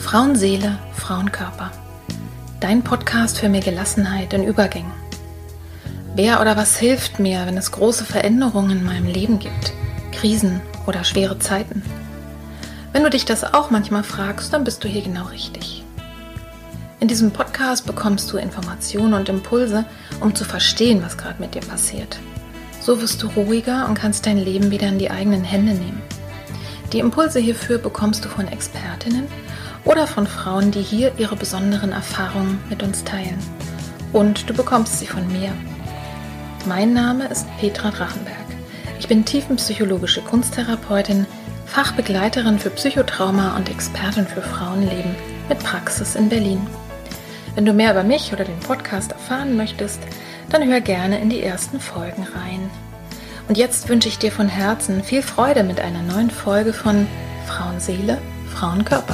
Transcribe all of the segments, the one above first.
Frauenseele, Frauenkörper. Dein Podcast für mehr Gelassenheit in Übergängen. Wer oder was hilft mir, wenn es große Veränderungen in meinem Leben gibt, Krisen oder schwere Zeiten? Wenn du dich das auch manchmal fragst, dann bist du hier genau richtig. In diesem Podcast bekommst du Informationen und Impulse, um zu verstehen, was gerade mit dir passiert. So wirst du ruhiger und kannst dein Leben wieder in die eigenen Hände nehmen. Die Impulse hierfür bekommst du von Expertinnen oder von Frauen, die hier ihre besonderen Erfahrungen mit uns teilen. Und du bekommst sie von mir. Mein Name ist Petra Drachenberg. Ich bin tiefenpsychologische Kunsttherapeutin, Fachbegleiterin für Psychotrauma und Expertin für Frauenleben mit Praxis in Berlin. Wenn du mehr über mich oder den Podcast erfahren möchtest, dann hör gerne in die ersten Folgen rein. Und jetzt wünsche ich dir von Herzen viel Freude mit einer neuen Folge von Frauenseele, Frauenkörper.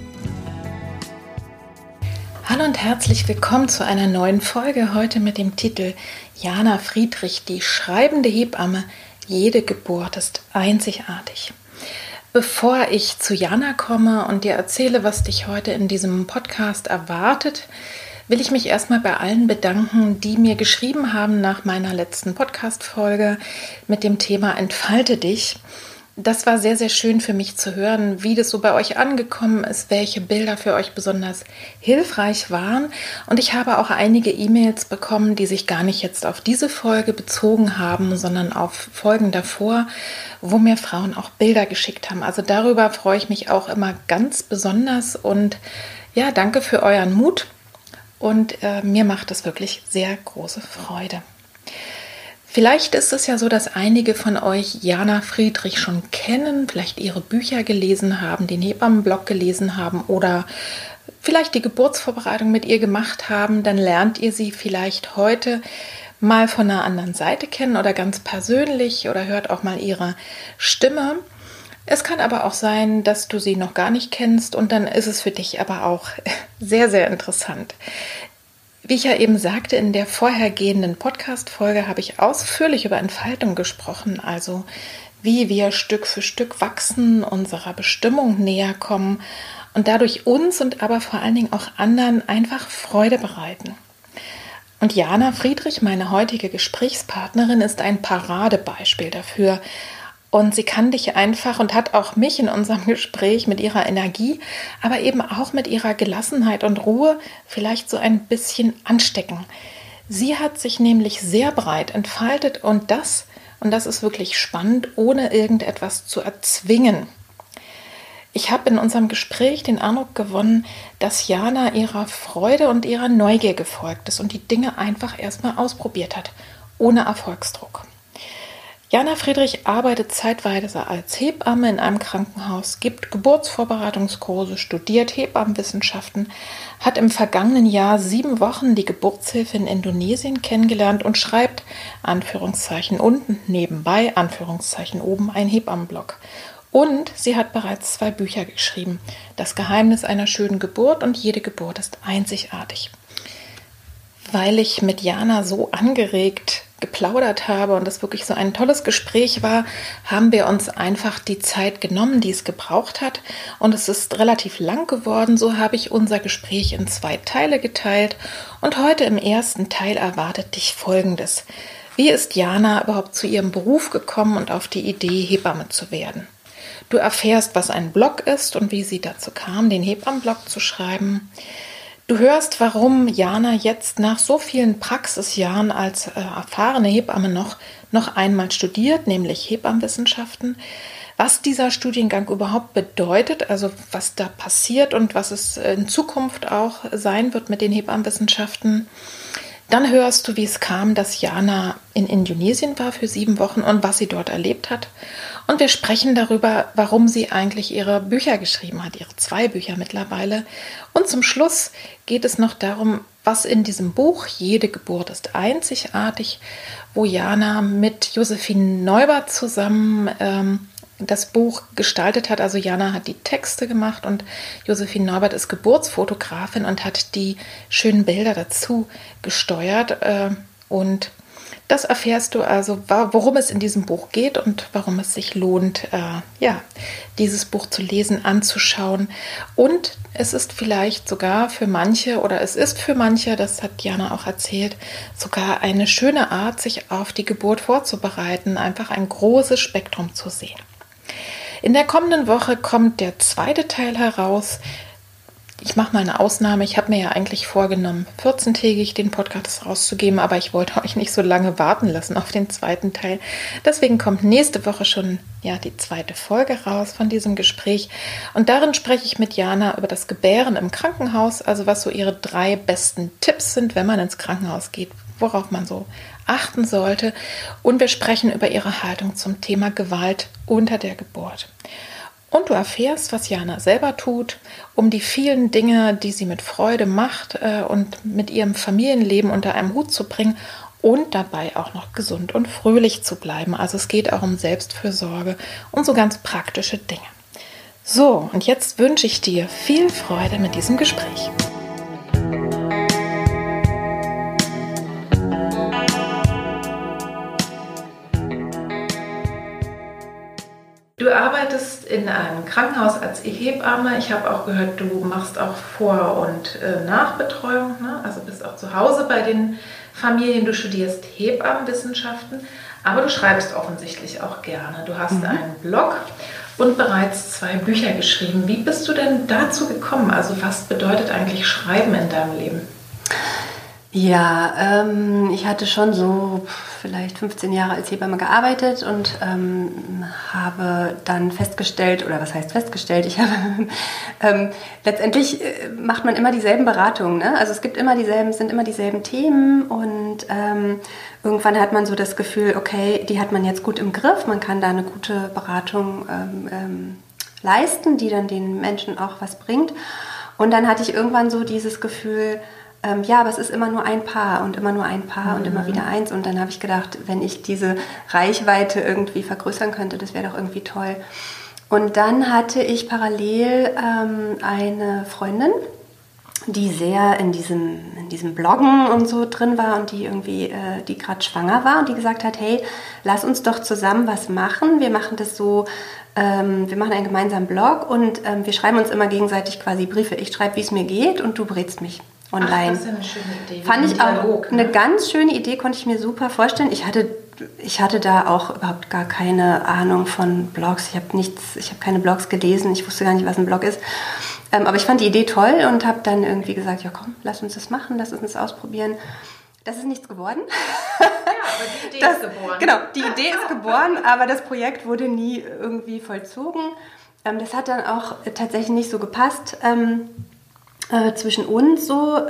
Hallo und herzlich willkommen zu einer neuen Folge, heute mit dem Titel Jana Friedrich, die schreibende Hebamme, jede Geburt ist einzigartig. Bevor ich zu Jana komme und dir erzähle, was dich heute in diesem Podcast erwartet, will ich mich erstmal bei allen bedanken, die mir geschrieben haben nach meiner letzten Podcast-Folge mit dem Thema Entfalte dich. Das war sehr, sehr schön für mich zu hören, wie das so bei euch angekommen ist, welche Bilder für euch besonders hilfreich waren. Und ich habe auch einige E-Mails bekommen, die sich gar nicht jetzt auf diese Folge bezogen haben, sondern auf Folgen davor, wo mir Frauen auch Bilder geschickt haben. Also darüber freue ich mich auch immer ganz besonders und ja, danke für euren Mut und mir macht es wirklich sehr große Freude. Vielleicht ist es ja so, dass einige von euch Jana Friedrich schon kennen, vielleicht ihre Bücher gelesen haben, den Hebammenblog gelesen haben oder vielleicht die Geburtsvorbereitung mit ihr gemacht haben. Dann lernt ihr sie vielleicht heute mal von einer anderen Seite kennen oder ganz persönlich oder hört auch mal ihre Stimme. Es kann aber auch sein, dass du sie noch gar nicht kennst und dann ist es für dich aber auch sehr, sehr interessant. Wie ich ja eben sagte, in der vorhergehenden Podcast-Folge habe ich ausführlich über Entfaltung gesprochen, also wie wir Stück für Stück wachsen, unserer Bestimmung näher kommen und dadurch uns und aber vor allen Dingen auch anderen einfach Freude bereiten. Und Jana Friedrich, meine heutige Gesprächspartnerin, ist ein Paradebeispiel dafür. Und sie kann dich einfach und hat auch mich in unserem Gespräch mit ihrer Energie, aber eben auch mit ihrer Gelassenheit und Ruhe vielleicht so ein bisschen anstecken. Sie hat sich nämlich sehr breit entfaltet und das ist wirklich spannend, ohne irgendetwas zu erzwingen. Ich habe in unserem Gespräch den Eindruck gewonnen, dass Jana ihrer Freude und ihrer Neugier gefolgt ist und die Dinge einfach erstmal ausprobiert hat, ohne Erfolgsdruck. Jana Friedrich arbeitet zeitweise als Hebamme in einem Krankenhaus, gibt Geburtsvorbereitungskurse, studiert Hebammenwissenschaften, hat im vergangenen Jahr 7 Wochen die Geburtshilfe in Indonesien kennengelernt und schreibt, Anführungszeichen unten, nebenbei, Anführungszeichen oben, ein Hebammenblog. Und sie hat bereits 2 Bücher geschrieben, Das Geheimnis einer schönen Geburt und Jede Geburt ist einzigartig. Weil ich mit Jana so angeregt geplaudert habe und das wirklich so ein tolles Gespräch war, haben wir uns einfach die Zeit genommen, die es gebraucht hat und es ist relativ lang geworden. So habe ich unser Gespräch in 2 Teile geteilt und heute im ersten Teil erwartet dich Folgendes. Wie ist Jana überhaupt zu ihrem Beruf gekommen und auf die Idee, Hebamme zu werden? Du erfährst, was ein Blog ist und wie sie dazu kam, den Hebammenblog zu schreiben. Du hörst, warum Jana jetzt nach so vielen Praxisjahren als erfahrene Hebamme noch einmal studiert, nämlich Hebammenwissenschaften, was dieser Studiengang überhaupt bedeutet, also was da passiert und was es in Zukunft auch sein wird mit den Hebammenwissenschaften. Dann hörst du, wie es kam, dass Jana in Indonesien war für 7 Wochen und was sie dort erlebt hat. Und wir sprechen darüber, warum sie eigentlich ihre Bücher geschrieben hat, ihre 2 Bücher mittlerweile. Und zum Schluss geht es noch darum, was in diesem Buch Jede Geburt ist einzigartig, wo Jana mit Josephine Neubert zusammen das Buch gestaltet hat. Also Jana hat die Texte gemacht und Josephine Neubert ist Geburtsfotografin und hat die schönen Bilder dazu gesteuert. Und Das erfährst du also, worum es in diesem Buch geht und warum es sich lohnt, dieses Buch zu lesen, anzuschauen. Und es ist vielleicht sogar für manche, oder es ist für manche, das hat Jana auch erzählt, sogar eine schöne Art, sich auf die Geburt vorzubereiten, einfach ein großes Spektrum zu sehen. In der kommenden Woche kommt der zweite Teil heraus. Ich mache mal eine Ausnahme. Ich habe mir ja eigentlich vorgenommen, 14-tägig den Podcast rauszugeben, aber ich wollte euch nicht so lange warten lassen auf den zweiten Teil. Deswegen kommt nächste Woche schon die zweite Folge raus von diesem Gespräch. Und darin spreche ich mit Jana über das Gebären im Krankenhaus, also was so ihre 3 besten Tipps sind, wenn man ins Krankenhaus geht, worauf man so achten sollte. Und wir sprechen über ihre Haltung zum Thema Gewalt unter der Geburt. Und du erfährst, was Jana selber tut, um die vielen Dinge, die sie mit Freude macht und mit ihrem Familienleben unter einem Hut zu bringen und dabei auch noch gesund und fröhlich zu bleiben. Also es geht auch um Selbstfürsorge und so ganz praktische Dinge. So, und jetzt wünsche ich dir viel Freude mit diesem Gespräch. Du arbeitest in einem Krankenhaus als Hebamme. Ich habe auch gehört, du machst auch Vor- und Nachbetreuung, ne? Also bist auch zu Hause bei den Familien. Du studierst Hebammenwissenschaften, aber du schreibst offensichtlich auch gerne. Du hast einen Blog und bereits 2 Bücher geschrieben. Wie bist du denn dazu gekommen? Also was bedeutet eigentlich Schreiben in deinem Leben? Ja, ich hatte schon so vielleicht 15 Jahre als Hebamme gearbeitet und habe dann festgestellt, oder was heißt festgestellt, ich habe letztendlich macht man immer dieselben Beratungen, ne? Also es sind immer dieselben Themen und irgendwann hat man so das Gefühl, okay, die hat man jetzt gut im Griff, man kann da eine gute Beratung leisten, die dann den Menschen auch was bringt. Und dann hatte ich irgendwann so dieses Gefühl, aber es ist immer nur ein Paar und immer nur ein Paar und immer wieder eins. Und dann habe ich gedacht, wenn ich diese Reichweite irgendwie vergrößern könnte, das wäre doch irgendwie toll. Und dann hatte ich parallel eine Freundin, die sehr in diesem Bloggen und so drin war und die irgendwie, die gerade schwanger war und die gesagt hat, hey, lass uns doch zusammen was machen. Wir machen das so, wir machen einen gemeinsamen Blog und wir schreiben uns immer gegenseitig quasi Briefe. Ich schreibe, wie es mir geht und du berätst mich online. Ach, das ist ja eine schöne Idee. Fand ich auch eine ganz schöne Idee, konnte ich mir super vorstellen. Ich hatte da auch überhaupt gar keine Ahnung von Blogs. Ich habe keine Blogs gelesen. Ich wusste gar nicht, was ein Blog ist. Aber ich fand die Idee toll und habe dann irgendwie gesagt, ja komm, lass uns das machen, lass uns das ausprobieren. Das ist nichts geworden. Ja, aber die Idee ist geboren. Genau, die Idee ist geboren, aber das Projekt wurde nie irgendwie vollzogen. Das hat dann auch tatsächlich nicht so gepasst. Zwischen uns so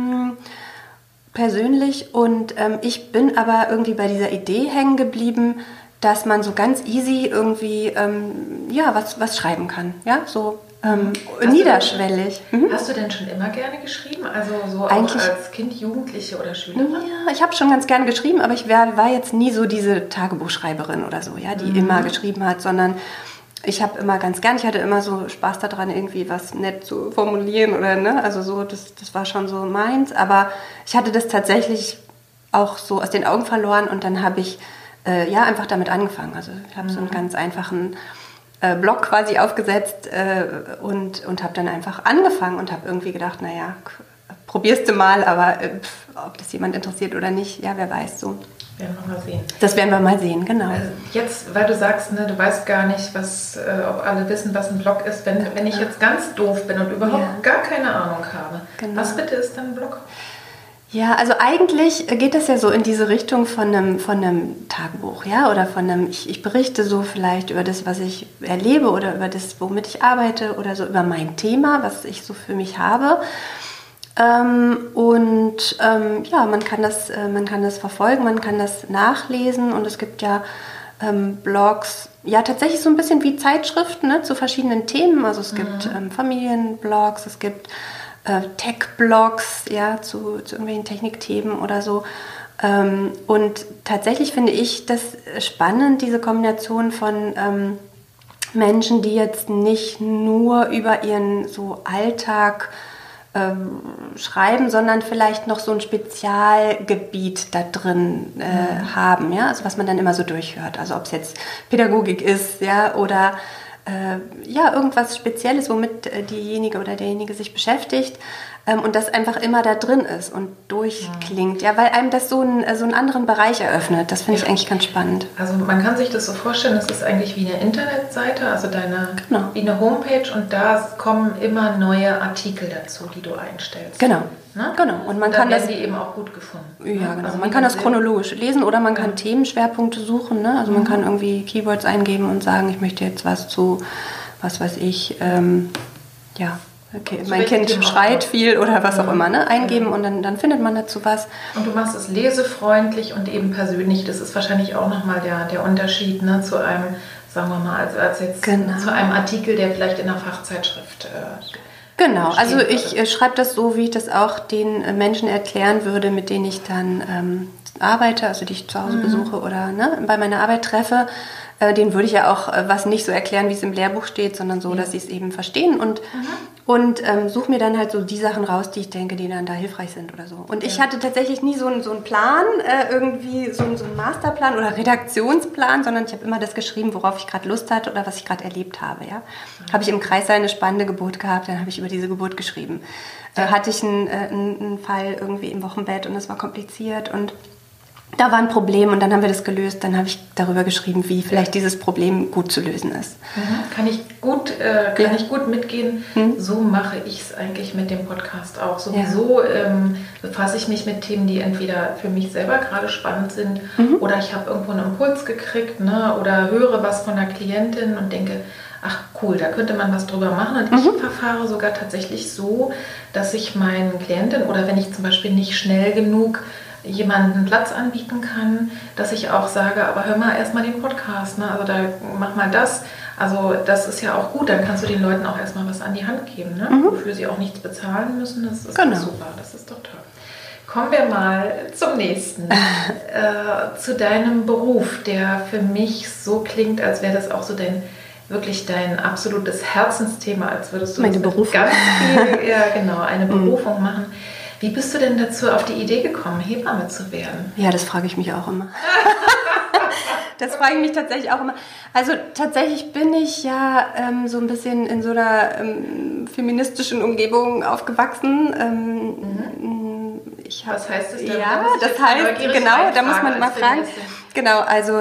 persönlich und ich bin aber irgendwie bei dieser Idee hängen geblieben, dass man so ganz easy irgendwie was schreiben kann, ja, so niederschwellig. Hast du denn schon immer gerne geschrieben, also so eigentlich auch als Kind, Jugendliche oder Schülerin? Ja, ich habe schon ganz gerne geschrieben, aber ich war jetzt nie so diese Tagebuchschreiberin oder so, ja, die immer geschrieben hat, sondern ich habe immer ganz gern, ich hatte immer so Spaß daran, irgendwie was nett zu formulieren oder, ne, also so, das war schon so meins, aber ich hatte das tatsächlich auch so aus den Augen verloren und dann habe ich einfach damit angefangen. Also ich habe so einen ganz einfachen Blog quasi aufgesetzt und habe dann einfach angefangen und habe irgendwie gedacht, naja, probierst du mal, aber ob das jemand interessiert oder nicht, ja, wer weiß so. Werden wir mal sehen. Das werden wir mal sehen, genau. Jetzt, weil du sagst, ne, du weißt gar nicht, ob alle wissen, was ein Blog ist. Wenn ich jetzt ganz doof bin und überhaupt gar keine Ahnung habe, was bitte ist denn ein Blog? Ja, also eigentlich geht das ja so in diese Richtung von einem Tagebuch, ja, oder von einem, ich berichte so vielleicht über das, was ich erlebe oder über das, womit ich arbeite oder so über mein Thema, was ich so für mich habe. Man kann das verfolgen, man kann das nachlesen und es gibt ja Blogs, ja tatsächlich so ein bisschen wie Zeitschriften, ne, zu verschiedenen Themen. Also es gibt Familienblogs, es gibt Tech-Blogs, ja, zu irgendwelchen Technikthemen oder so. Und tatsächlich finde ich das spannend, diese Kombination von Menschen, die jetzt nicht nur über ihren so Alltag schreiben, sondern vielleicht noch so ein Spezialgebiet da drin haben, ja, also was man dann immer so durchhört. Also ob es jetzt Pädagogik ist, ja, oder irgendwas Spezielles, womit diejenige oder derjenige sich beschäftigt und das einfach immer da drin ist und durchklingt, ja, weil einem das so einen anderen Bereich eröffnet. Das finde ich eigentlich ganz spannend. Also man kann sich das so vorstellen, das ist eigentlich wie eine Internetseite, also wie eine Homepage und da kommen immer neue Artikel dazu, die du einstellst. Genau. Ne? Genau. Und man kann werden die eben auch gut gefunden. Ja, genau. Also man kann das chronologisch lesen oder man kann Themenschwerpunkte suchen. Ne? Also man kann irgendwie Keywords eingeben und sagen, ich möchte jetzt was zu, was weiß ich, okay, mein Kind schreit viel oder was auch immer, ne? Eingeben und dann findet man dazu was. Und du machst es lesefreundlich und eben persönlich. Das ist wahrscheinlich auch nochmal der Unterschied, ne, zu einem, sagen wir mal, als jetzt zu einem Artikel, der vielleicht in einer Fachzeitschrift Genau, also ich schreibe das so, wie ich das auch den Menschen erklären würde, mit denen ich dann arbeite, also die ich zu Hause besuche oder bei meiner Arbeit treffe. Denen würde ich ja auch was nicht so erklären, wie es im Lehrbuch steht, sondern so, dass sie es eben verstehen und suche mir dann halt so die Sachen raus, die ich denke, die dann da hilfreich sind oder so. Und ich hatte tatsächlich nie so einen Plan, irgendwie so einen Masterplan oder Redaktionsplan, sondern ich habe immer das geschrieben, worauf ich gerade Lust hatte oder was ich gerade erlebt habe. Ja? Habe ich im Kreissaal eine spannende Geburt gehabt, dann habe ich über diese Geburt geschrieben. Hatte ich einen Fall irgendwie im Wochenbett und das war kompliziert und da war ein Problem und dann haben wir das gelöst. Dann habe ich darüber geschrieben, wie vielleicht dieses Problem gut zu lösen ist. Kann ich gut mitgehen. So mache ich es eigentlich mit dem Podcast auch. Sowieso befasse ich mich mit Themen, die entweder für mich selber gerade spannend sind oder ich habe irgendwo einen Impuls gekriegt, ne, oder höre was von einer Klientin und denke, ach cool, da könnte man was drüber machen. Und ich verfahre sogar tatsächlich so, dass ich meinen Klienten oder wenn ich zum Beispiel nicht schnell genug jemanden Platz anbieten kann, dass ich auch sage, aber hör mal erstmal den Podcast, ne? Also da mach mal das. Also das ist ja auch gut, dann kannst du den Leuten auch erstmal was an die Hand geben, ne? Wofür sie auch nichts bezahlen müssen. Das ist doch super, das ist doch toll. Kommen wir mal zum nächsten, zu deinem Beruf, der für mich so klingt, als wäre das auch so wirklich dein absolutes Herzensthema, als würdest du meine Berufung. Ganz viel, eine Berufung machen. Wie bist du denn dazu auf die Idee gekommen, Hebamme zu werden? Ja, das frage ich mich auch immer. Das frage ich mich tatsächlich auch immer. Also tatsächlich bin ich ja so ein bisschen in so einer feministischen Umgebung aufgewachsen. Was heißt das denn? Ja, das heißt, genau, da muss man mal fragen. Genau, also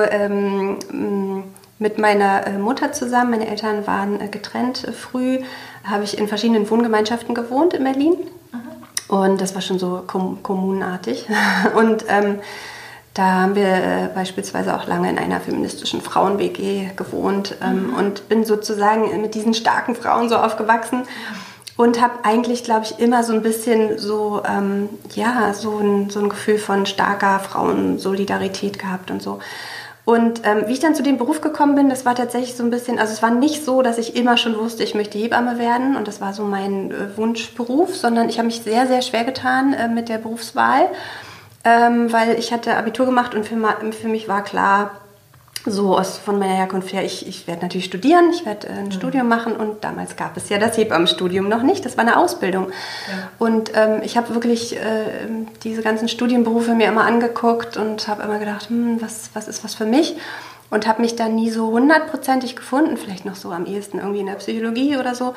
mit meiner Mutter zusammen, meine Eltern waren getrennt früh, habe ich in verschiedenen Wohngemeinschaften gewohnt in Berlin. Und das war schon so kommunenartig. Und da haben wir beispielsweise auch lange in einer feministischen Frauen-WG gewohnt und bin sozusagen mit diesen starken Frauen so aufgewachsen und habe eigentlich, glaube ich, immer so ein bisschen so ein Gefühl von starker Frauensolidarität gehabt und so. Und wie ich dann zu dem Beruf gekommen bin, das war tatsächlich so ein bisschen, also es war nicht so, dass ich immer schon wusste, ich möchte Hebamme werden und das war so mein Wunschberuf, sondern ich habe mich sehr, sehr schwer getan mit der Berufswahl, weil ich hatte Abitur gemacht und für mich war klar, so von meiner Herkunft her, ich werde natürlich studieren, ich werde ein Studium machen und damals gab es ja das Hebammenstudium noch nicht, das war eine Ausbildung. Ja. Und ich habe wirklich diese ganzen Studienberufe mir immer angeguckt und habe immer gedacht, was ist was für mich? Und habe mich dann nie so 100%ig gefunden, vielleicht noch so am ehesten irgendwie in der Psychologie oder so.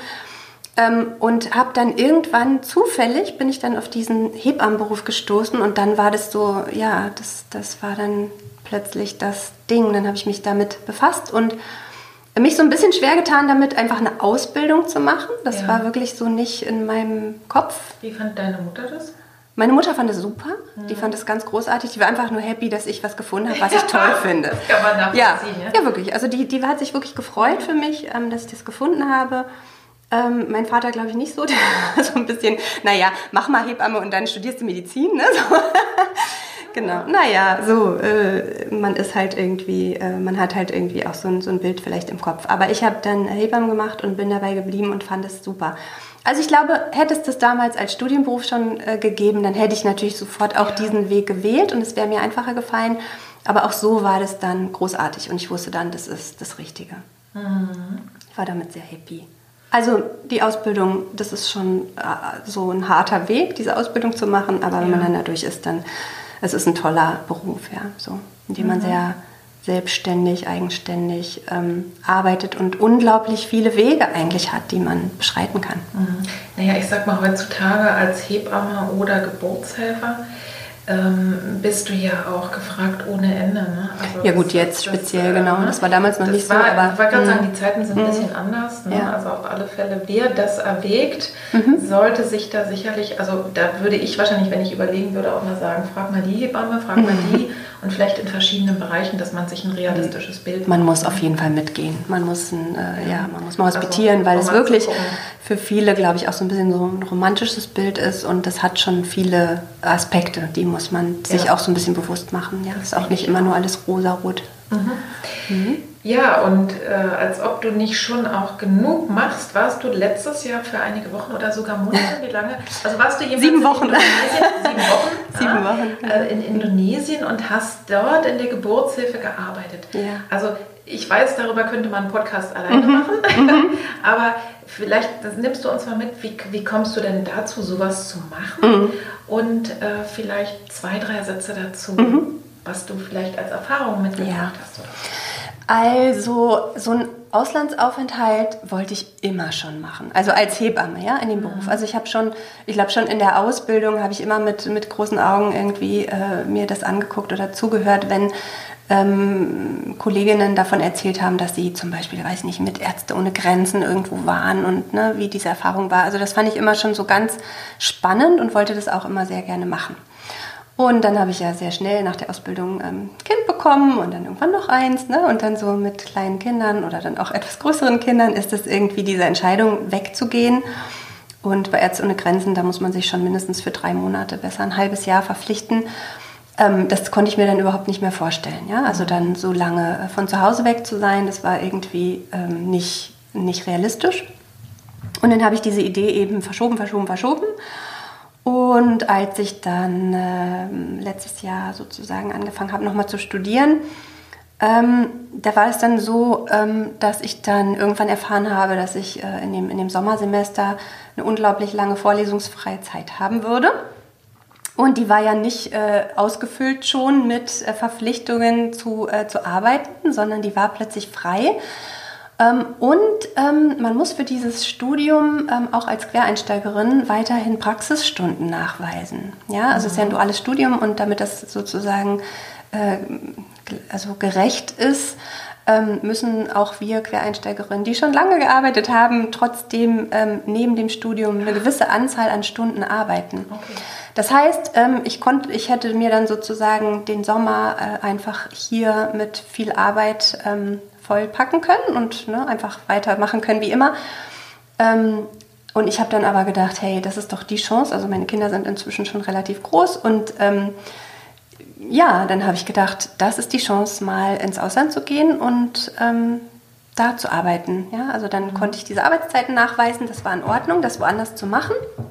Und habe dann irgendwann zufällig, bin ich dann auf diesen Hebammenberuf gestoßen und dann war das so, ja, das war dann plötzlich das Ding. Dann habe ich mich damit befasst und mich so ein bisschen schwer getan, damit einfach eine Ausbildung zu machen. Das war wirklich so nicht in meinem Kopf. Wie fand deine Mutter das? Meine Mutter fand es super. Die fand es ganz großartig. Die war einfach nur happy, dass ich was gefunden habe, was ich toll finde. Das kann man nachvollziehen, ja, wirklich. Also die hat sich wirklich gefreut für mich, dass ich das gefunden habe. Mein Vater, glaube ich, nicht so. Der war so ein bisschen, naja, mach mal Hebamme und dann studierst du Medizin, ne? So. Genau, naja, so, man ist halt irgendwie, man hat halt irgendwie auch so ein Bild vielleicht im Kopf. Aber ich habe dann Hebamme gemacht und bin dabei geblieben und fand es super. Also ich glaube, hätte es das damals als Studienberuf schon gegeben, dann hätte ich natürlich sofort auch diesen Weg gewählt und es wäre mir einfacher gefallen. Aber auch so war das dann großartig und ich wusste dann, das ist das Richtige. Ich war damit sehr happy. Also die Ausbildung, das ist schon so ein harter Weg, diese Ausbildung zu machen, aber wenn man dann dadurch ist, dann es ist ein toller Beruf, ja, so, in dem man sehr selbstständig, eigenständig arbeitet und unglaublich viele Wege eigentlich hat, die man beschreiten kann. Naja, ich sag mal, heutzutage als Hebamme oder Geburtshelfer bist du ja auch gefragt ohne Ende. Ne? Also ja gut, jetzt speziell, genau. Das war damals noch nicht so. Aber ich wollte gerade sagen, die Zeiten sind ein bisschen anders. Ne? Ja. Also auf alle Fälle, wer das erwägt, sollte sich da sicherlich, also da würde ich wahrscheinlich, wenn ich überlegen würde, auch mal sagen, frag mal die Hebamme, frag mal die und vielleicht in verschiedenen Bereichen, dass man sich ein realistisches Bild macht. Man muss auf jeden Fall mitgehen. Man muss mal hospitieren, weil es wirklich für viele, glaube ich, auch so ein bisschen so ein romantisches Bild ist und das hat schon viele Aspekte, die muss man sich auch so ein bisschen bewusst machen. Ja, das ist auch nicht immer nur alles rosarot. Ja, und als ob du nicht schon auch genug machst, warst du letztes Jahr für einige Wochen oder sogar Monate, wie lange? Also warst du jemals 7 Wochen. In Indonesien? 7 Wochen. 7 Wochen. In Indonesien und hast dort in der Geburtshilfe gearbeitet. Ja. Also ich weiß, darüber könnte man einen Podcast alleine machen, aber vielleicht nimmst du uns mal mit, wie kommst du denn dazu, sowas zu machen? Und vielleicht 2, 3 Sätze dazu, was du vielleicht als Erfahrung mitgebracht hast. Oder? Also so ein Auslandsaufenthalt wollte ich immer schon machen, also als Hebamme, ja, in dem Beruf. Also ich glaube schon in der Ausbildung habe ich immer mit großen Augen irgendwie mir das angeguckt oder zugehört, wenn Kolleginnen davon erzählt haben, dass sie zum Beispiel, weiß nicht, mit Ärzte ohne Grenzen irgendwo waren und wie diese Erfahrung war. Also das fand ich immer schon so ganz spannend und wollte das auch immer sehr gerne machen. Und dann habe ich ja sehr schnell nach der Ausbildung Kind bekommen und dann irgendwann noch eins. Ne? Und dann so mit kleinen Kindern oder dann auch etwas größeren Kindern ist es irgendwie diese Entscheidung wegzugehen. Und bei Ärzte ohne Grenzen, da muss man sich schon mindestens für 3 Monate, besser ein halbes Jahr verpflichten. Das konnte ich mir dann überhaupt nicht mehr vorstellen. Ja? Also dann so lange von zu Hause weg zu sein, das war irgendwie nicht realistisch. Und dann habe ich diese Idee eben verschoben. Und als ich dann letztes Jahr sozusagen angefangen habe, nochmal zu studieren, da war es dann so, dass ich dann irgendwann erfahren habe, dass ich in dem Sommersemester eine unglaublich lange vorlesungsfreie Zeit haben würde. Und die war ja nicht ausgefüllt schon mit Verpflichtungen zu arbeiten, sondern die war plötzlich frei. Und man muss für dieses Studium auch als Quereinsteigerin weiterhin Praxisstunden nachweisen. Ja, also es ist ja ein duales Studium und damit das sozusagen gerecht ist, müssen auch wir Quereinsteigerinnen, die schon lange gearbeitet haben, trotzdem neben dem Studium eine gewisse Anzahl an Stunden arbeiten. Okay. Das heißt, ich hätte mir dann sozusagen den Sommer einfach hier mit viel Arbeit vollpacken können und einfach weitermachen können wie immer. Und ich habe dann aber gedacht, hey, das ist doch die Chance. Also meine Kinder sind inzwischen schon relativ groß und dann habe ich gedacht, das ist die Chance, mal ins Ausland zu gehen und da zu arbeiten. Ja? Also dann konnte ich diese Arbeitszeiten nachweisen, das war in Ordnung, das woanders zu machen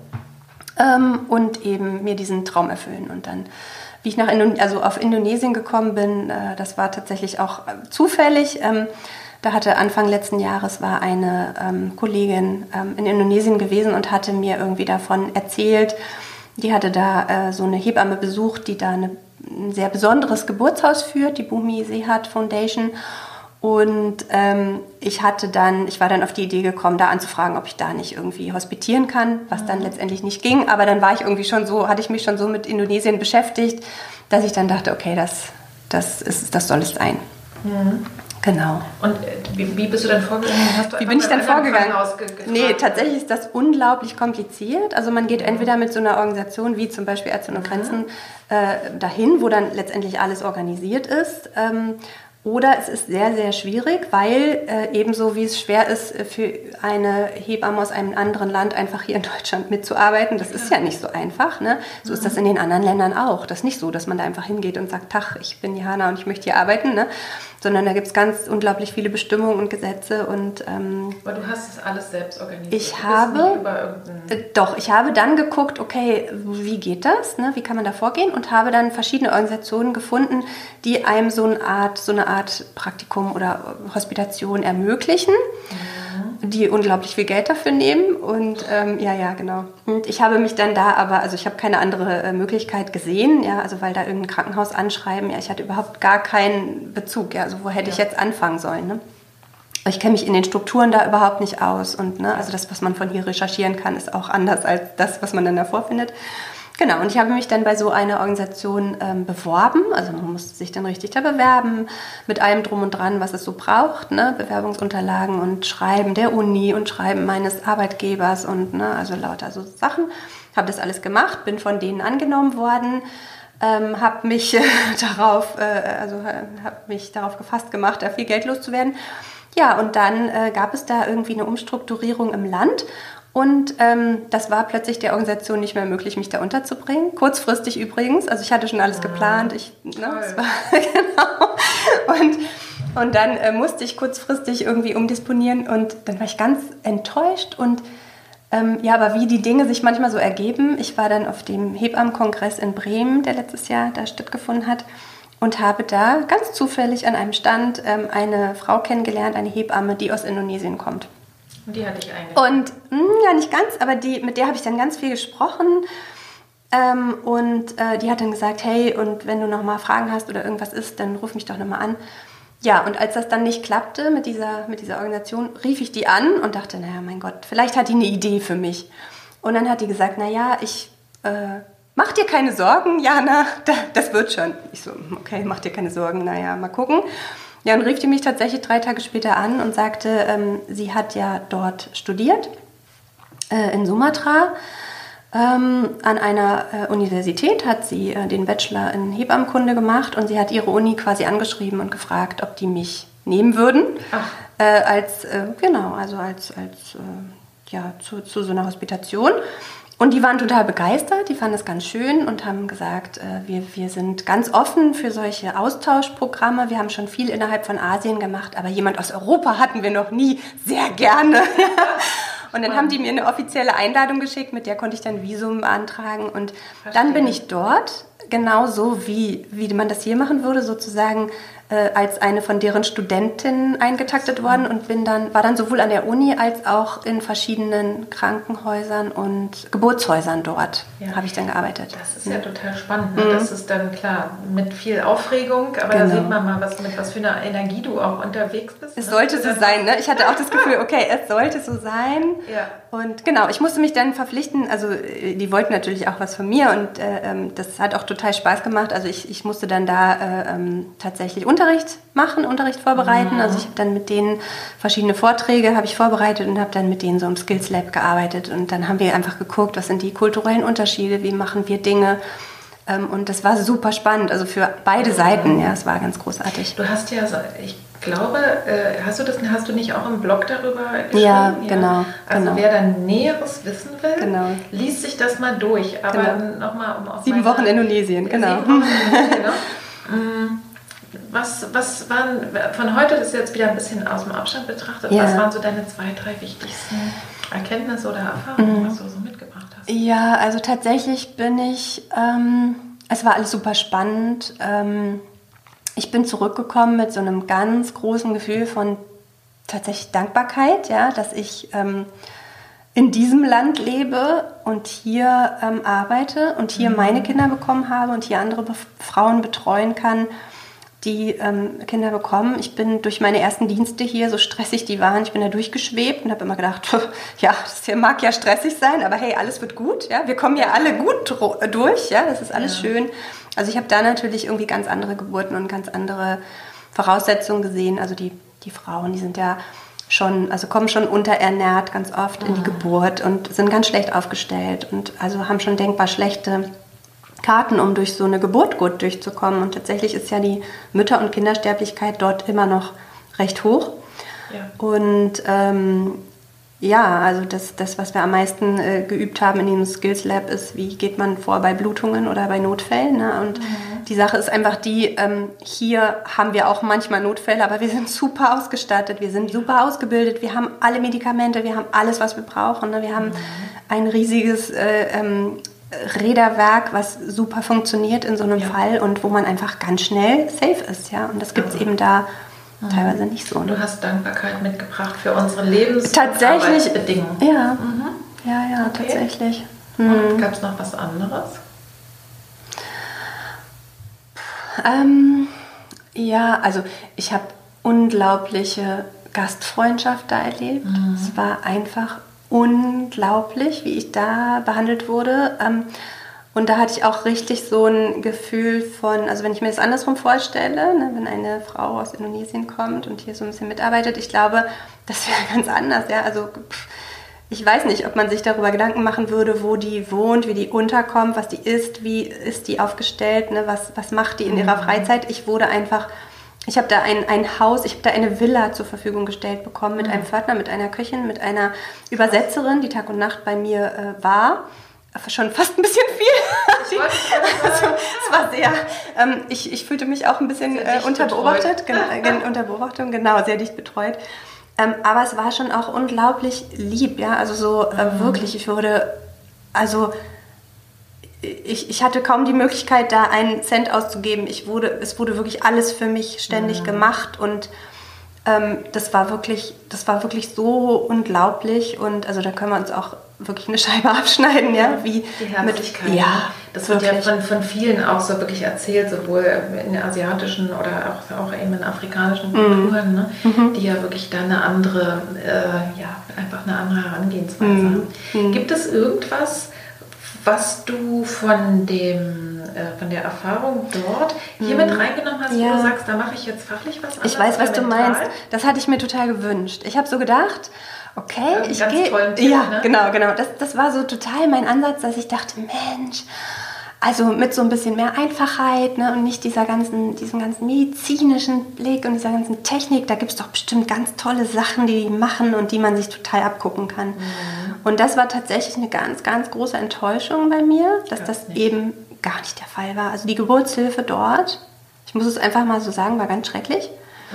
und eben mir diesen Traum erfüllen. Und dann, wie ich auf Indonesien gekommen bin, das war tatsächlich auch zufällig. Da hatte Anfang letzten Jahres war eine Kollegin in Indonesien gewesen und hatte mir irgendwie davon erzählt, die hatte da so eine Hebamme besucht, die da ein sehr besonderes Geburtshaus führt, die Bumi Sehat Foundation. Und ich war dann auf die Idee gekommen, da anzufragen, ob ich da nicht irgendwie hospitieren kann, was dann letztendlich nicht ging. Aber dann hatte ich mich schon so mit Indonesien beschäftigt, dass ich dann dachte, okay, das soll es sein. Mhm. Genau. Und wie bist du dann vorgegangen? Wie bin ich dann vorgegangen? Nee, tatsächlich ist das unglaublich kompliziert. Also man geht entweder mit so einer Organisation wie zum Beispiel Ärzte ohne Grenzen dahin, wo dann letztendlich alles organisiert ist. Oder es ist sehr, sehr schwierig, weil ebenso wie es schwer ist, für eine Hebamme aus einem anderen Land einfach hier in Deutschland mitzuarbeiten, das ist ja nicht so einfach. Ne? So ist das in den anderen Ländern auch. Das ist nicht so, dass man da einfach hingeht und sagt, Tag, ich bin Jana und ich möchte hier arbeiten. Ne? Sondern da gibt es ganz unglaublich viele Bestimmungen und Gesetze. Aber du hast das alles selbst organisiert? Ich habe dann geguckt, okay, wie geht das? Ne? Wie kann man da vorgehen? Und habe dann verschiedene Organisationen gefunden, die einem so eine Art Praktikum oder Hospitation ermöglichen. die unglaublich viel Geld dafür nehmen und genau. Und ich habe mich dann da aber, also ich habe keine andere Möglichkeit gesehen, ja, also weil da irgendein Krankenhaus anschreiben, ja, ich hatte überhaupt gar keinen Bezug, ja, also wo hätte ich jetzt anfangen sollen, ne? Ich kenne mich in den Strukturen da überhaupt nicht aus und ne, also das, was man von hier recherchieren kann, ist auch anders als das, was man dann davor findet. Genau, und ich habe mich dann bei so einer Organisation beworben, also man musste sich dann richtig da bewerben, mit allem drum und dran, was es so braucht, ne? Bewerbungsunterlagen und Schreiben der Uni und Schreiben meines Arbeitgebers und ne, also lauter so Sachen. Habe das alles gemacht, bin von denen angenommen worden, habe mich darauf gefasst gemacht, da viel Geld loszuwerden. Ja, und dann gab es da irgendwie eine Umstrukturierung im Land. Und das war plötzlich der Organisation nicht mehr möglich, mich da unterzubringen. Kurzfristig übrigens. Also ich hatte schon alles geplant. Das war, genau. Und dann musste ich kurzfristig irgendwie umdisponieren. Und dann war ich ganz enttäuscht. Und aber wie die Dinge sich manchmal so ergeben. Ich war dann auf dem Hebammenkongress in Bremen, der letztes Jahr da stattgefunden hat. Und habe da ganz zufällig an einem Stand eine Frau kennengelernt, eine Hebamme, die aus Indonesien kommt. Und die hatte ich eingeladen. Und ja, nicht ganz, aber mit der habe ich dann ganz viel gesprochen. Die hat dann gesagt, hey, und wenn du noch mal Fragen hast oder irgendwas ist, dann ruf mich doch noch mal an. Ja, und als das dann nicht klappte mit dieser Organisation, rief ich die an und dachte, naja, mein Gott, vielleicht hat die eine Idee für mich. Und dann hat die gesagt, naja, mach dir keine Sorgen, Jana, das wird schon. Ich so, okay, mach dir keine Sorgen, naja, mal gucken. Ja, und rief die mich tatsächlich 3 Tage später an und sagte, sie hat ja dort studiert, in Sumatra. An einer Universität hat sie den Bachelor in Hebammenkunde gemacht und sie hat ihre Uni quasi angeschrieben und gefragt, ob die mich nehmen würden. Zu so einer Hospitation. Und die waren total begeistert, die fanden es ganz schön und haben gesagt, wir sind ganz offen für solche Austauschprogramme. Wir haben schon viel innerhalb von Asien gemacht, aber jemand aus Europa hatten wir noch nie, sehr gerne. Und dann haben die mir eine offizielle Einladung geschickt, mit der konnte ich dann Visum beantragen. Und dann bin ich dort, genauso wie man das hier machen würde, sozusagen als eine von deren Studentinnen eingetaktet worden und war dann sowohl an der Uni als auch in verschiedenen Krankenhäusern und Geburtshäusern dort, habe ich dann gearbeitet. Das ist ja total spannend. Ne? Das ist dann klar mit viel Aufregung, aber da sieht man mal, mit was für einer Energie du auch unterwegs bist. Es sollte so sein, ne? Ich hatte auch das Gefühl, okay, es sollte so sein. Ja. Und genau, ich musste mich dann verpflichten, also die wollten natürlich auch was von mir und das hat auch total Spaß gemacht. Also ich musste dann da tatsächlich Unterricht vorbereiten. Also ich habe dann mit denen verschiedene Vorträge habe ich vorbereitet und habe dann mit denen so im Skills Lab gearbeitet. Und dann haben wir einfach geguckt, was sind die kulturellen Unterschiede, wie machen wir Dinge. Und das war super spannend, also für beide Seiten. Ja, es war ganz großartig. Du hast ja, ich glaube, hast du nicht auch im Blog darüber geschrieben? Ja, genau. Also wer dann Näheres wissen will, liest sich das mal durch. Aber nochmal auf 7 Wochen Indonesien, genau. 7 Wochen Indonesien, genau. Was waren, von heute, das ist jetzt wieder ein bisschen aus dem Abstand betrachtet, was waren so deine 2, 3 wichtigsten Erkenntnisse oder Erfahrungen, was du so mitgebracht hast? Ja, also tatsächlich bin ich, es war alles super spannend. Ich bin zurückgekommen mit so einem ganz großen Gefühl von tatsächlich Dankbarkeit, ja, dass ich in diesem Land lebe und hier arbeite und hier meine Kinder bekommen habe und hier andere Frauen betreuen kann, die Kinder bekommen. Ich bin durch meine ersten Dienste hier, so stressig die waren, ich bin da durchgeschwebt und habe immer gedacht, ja, das hier mag ja stressig sein, aber hey, alles wird gut, ja, wir kommen ja alle gut durch, ja, das ist alles schön. Also ich habe da natürlich irgendwie ganz andere Geburten und ganz andere Voraussetzungen gesehen. Also die Frauen, die sind ja schon, also kommen schon unterernährt ganz oft in die Geburt und sind ganz schlecht aufgestellt und also haben schon denkbar schlechte Karten, um durch so eine Geburt gut durchzukommen. Und tatsächlich ist ja die Mütter- und Kindersterblichkeit dort immer noch recht hoch. Ja. Und also das, was wir am meisten geübt haben in dem Skills Lab, ist, wie geht man vor bei Blutungen oder bei Notfällen. Ne? Und die Sache ist einfach die, hier haben wir auch manchmal Notfälle, aber wir sind super ausgestattet, wir sind super ausgebildet, wir haben alle Medikamente, wir haben alles, was wir brauchen. Ne? Wir haben ein riesiges Räderwerk, was super funktioniert in so einem Fall und wo man einfach ganz schnell safe ist. Ja? Und das gibt es eben da teilweise nicht so. Du hast Dankbarkeit mitgebracht für unsere Lebens- und Tatsächlich, Arbeitsbedingungen. ja, ja, okay. Tatsächlich. Und gab es noch was anderes? Ja, also ich habe unglaubliche Gastfreundschaft da erlebt. Es war einfach unglaublich, wie ich da behandelt wurde. Und da hatte ich auch richtig so ein Gefühl von, also wenn ich mir das andersrum vorstelle, ne, wenn eine Frau aus Indonesien kommt und hier so ein bisschen mitarbeitet, ich glaube, das wäre ganz anders. Ja? Also ich weiß nicht, ob man sich darüber Gedanken machen würde, wo die wohnt, wie die unterkommt, was die isst, wie ist die aufgestellt, ne, was macht die in ihrer Freizeit. Ich habe da ein Haus, ich habe da eine Villa zur Verfügung gestellt bekommen mit einem Pförtner, mit einer Köchin, mit einer Übersetzerin, die Tag und Nacht bei mir war. Schon fast ein bisschen viel. Also, es war sehr, ich fühlte mich auch ein bisschen unter Beobachtung, genau, sehr dicht betreut. Aber es war schon auch unglaublich lieb, ja, also so wirklich, ich hatte kaum die Möglichkeit, da einen Cent auszugeben. Es wurde wirklich alles für mich ständig gemacht und das war wirklich so unglaublich und also da können wir uns auch wirklich eine Scheibe abschneiden, ja, wie die Herzlichkeit. Das wirklich. wird ja von vielen auch so wirklich erzählt, sowohl in der asiatischen oder auch eben in afrikanischen Kulturen, ne, die ja wirklich da eine andere, einfach eine andere Herangehensweise haben. Gibt es irgendwas, was du von der Erfahrung dort hier mit reingenommen hast, wo du sagst, da mache ich jetzt fachlich was anderes? Ich weiß, was du meinst. Das hatte ich mir total gewünscht. Ich habe so gedacht, okay, ich gehe. Ja, ne? Genau. Das war so total mein Ansatz, dass ich dachte, Mensch, also mit so ein bisschen mehr Einfachheit, ne, und nicht diesen ganzen medizinischen Blick und dieser ganzen Technik. Da gibt es doch bestimmt ganz tolle Sachen, die machen und die man sich total abgucken kann. Und das war tatsächlich eine ganz, ganz große Enttäuschung bei mir, dass das eben gar nicht der Fall war. Also die Geburtshilfe dort, ich muss es einfach mal so sagen, war ganz schrecklich.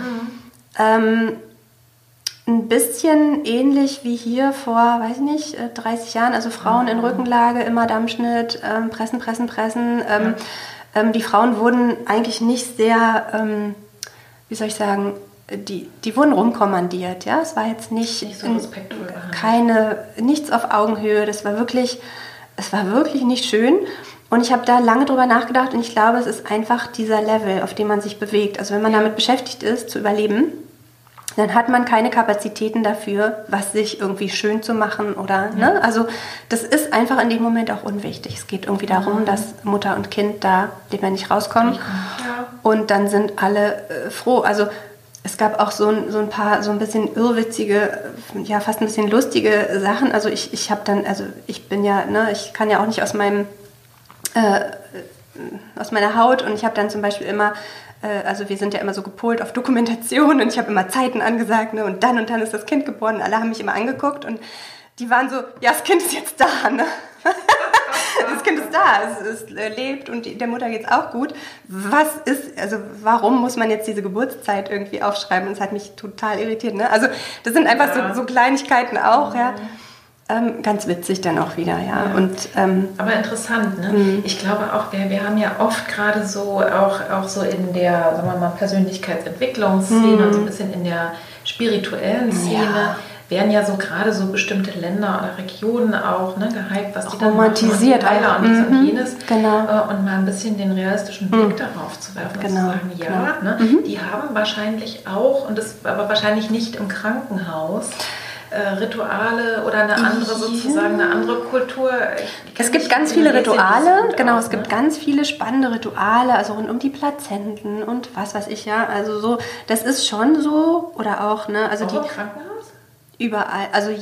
Ein bisschen ähnlich wie hier vor, weiß ich nicht, 30 Jahren, also Frauen in Rückenlage, immer Dammschnitt, pressen. Die Frauen wurden eigentlich nicht sehr, wie soll ich sagen, die wurden rumkommandiert, ja, es war jetzt nicht so respektvoll, nichts auf Augenhöhe, es war wirklich nicht schön. Und ich habe da lange drüber nachgedacht und ich glaube, es ist einfach dieser Level, auf dem man sich bewegt. Also wenn man damit beschäftigt ist, zu überleben, dann hat man keine Kapazitäten dafür, was sich irgendwie schön zu machen oder, ne? Also das ist einfach in dem Moment auch unwichtig. Es geht irgendwie darum, dass Mutter und Kind da lebendig rauskommen und dann sind alle froh. Also es gab auch so ein paar so ein bisschen irrwitzige, ja fast ein bisschen lustige Sachen. Also ich habe dann, also ich bin ja, ne, ich kann ja auch nicht aus meiner Haut und ich habe dann zum Beispiel immer, also wir sind ja immer so gepolt auf Dokumentation und ich habe immer Zeiten angesagt, ne, und dann ist das Kind geboren und alle haben mich immer angeguckt und die waren so, ja, das Kind ist jetzt da, ne? Das Kind ist da, es lebt und der Mutter geht's auch gut. Warum muss man jetzt diese Geburtszeit irgendwie aufschreiben? Und es hat mich total irritiert, ne? Also das sind einfach so Kleinigkeiten auch, ja. Ganz witzig dann auch wieder, ja. Und, aber interessant, ne? Ich glaube auch, wir haben ja oft gerade so, auch so in der, sagen wir mal, Persönlichkeitsentwicklungsszene und so ein bisschen in der spirituellen Szene, werden ja so gerade so bestimmte Länder oder Regionen auch, ne, gehypt, was die dann romantisiert machen, und dies und jenes. Genau. Und mal ein bisschen den realistischen Blick darauf zu werfen und zu sagen, ne, die haben wahrscheinlich auch, und das aber wahrscheinlich nicht im Krankenhaus, Rituale oder eine andere Kultur. Es gibt ganz viele Rituale, es gibt ganz viele spannende Rituale, also rund um die Plazenten und was weiß ich, ja, also so, das ist schon so, oder auch, ne, also auch im Krankenhaus? Überall, also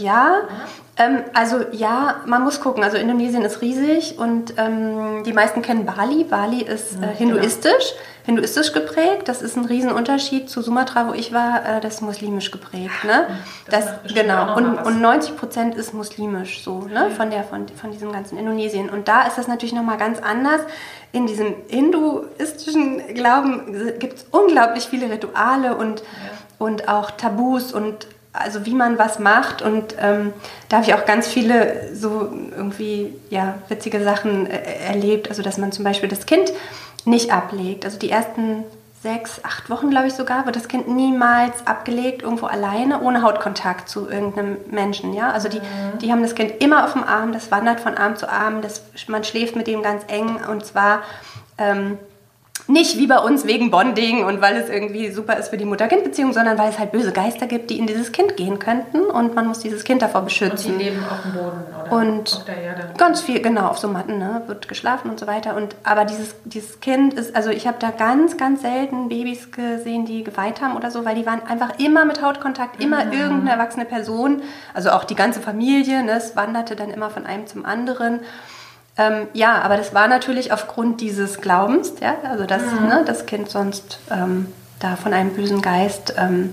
man muss gucken, also Indonesien ist riesig und die meisten kennen Bali. Bali ist hinduistisch geprägt, das ist ein Riesenunterschied zu Sumatra, wo ich war, das ist muslimisch geprägt, ne? Und 90% ist muslimisch, so, ne? Von diesem ganzen Indonesien. Und da ist das natürlich nochmal ganz anders. In diesem hinduistischen Glauben gibt es unglaublich viele Rituale und auch Tabus und also wie man was macht und da habe ich auch ganz viele so irgendwie, ja, witzige Sachen erlebt, also dass man zum Beispiel das Kind nicht ablegt, also die ersten 6, 8 Wochen, glaube ich sogar, wird das Kind niemals abgelegt, irgendwo alleine, ohne Hautkontakt zu irgendeinem Menschen. Ja? Also die haben das Kind immer auf dem Arm, das wandert von Arm zu Arm, man schläft mit dem ganz eng und zwar nicht wie bei uns wegen Bonding und weil es irgendwie super ist für die Mutter-Kind-Beziehung, sondern weil es halt böse Geister gibt, die in dieses Kind gehen könnten und man muss dieses Kind davor beschützen. Und die leben auf dem Boden oder und auf der Erde. Ganz viel, genau, auf so Matten, ne, wird geschlafen und so weiter. Aber dieses Kind ist, also ich habe da ganz, ganz selten Babys gesehen, die geweint haben oder so, weil die waren einfach immer mit Hautkontakt, immer irgendeine erwachsene Person, also auch die ganze Familie, ne, es wanderte dann immer von einem zum anderen. Ja, aber das war natürlich aufgrund dieses Glaubens, ja, also dass das Kind sonst da von einem bösen Geist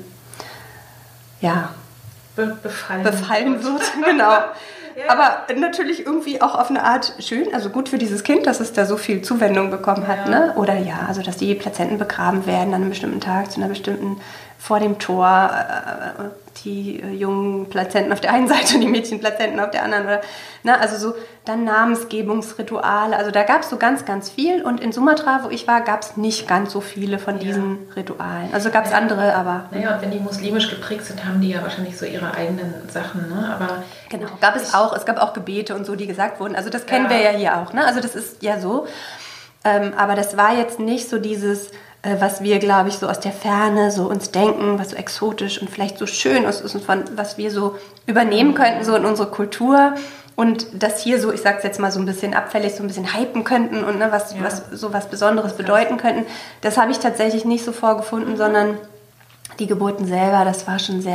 befallen wird. Genau. Ja. Aber natürlich irgendwie auch auf eine Art schön, also gut für dieses Kind, dass es da so viel Zuwendung bekommen hat. Ne? Oder also dass die Plazenten begraben werden an einem bestimmten Tag, zu einer bestimmten, vor dem Tor, die jungen Plazenten auf der einen Seite und die Mädchenplazenten auf der anderen. Oder, ne? Also so dann Namensgebungsrituale, also da gab es so ganz, ganz viel. Und in Sumatra, wo ich war, gab es nicht ganz so viele von diesen Ritualen. Also gab es andere, aber... Naja, und wenn die muslimisch geprägt sind, haben die ja wahrscheinlich so ihre eigenen Sachen. Ne? Aber genau, gab es auch. Es gab auch Gebete und so, die gesagt wurden. Also das kennen wir ja hier auch. Ne? Also das ist ja so. Aber das war jetzt nicht so dieses... was wir, glaube ich, so aus der Ferne so uns denken, was so exotisch und vielleicht so schön ist und was wir so übernehmen könnten, so in unsere Kultur und das hier so, ich sag's jetzt mal so ein bisschen abfällig, so ein bisschen hypen könnten und ne, was so was Besonderes bedeuten könnten. Das habe ich tatsächlich nicht so vorgefunden, sondern die Geburten selber, das war schon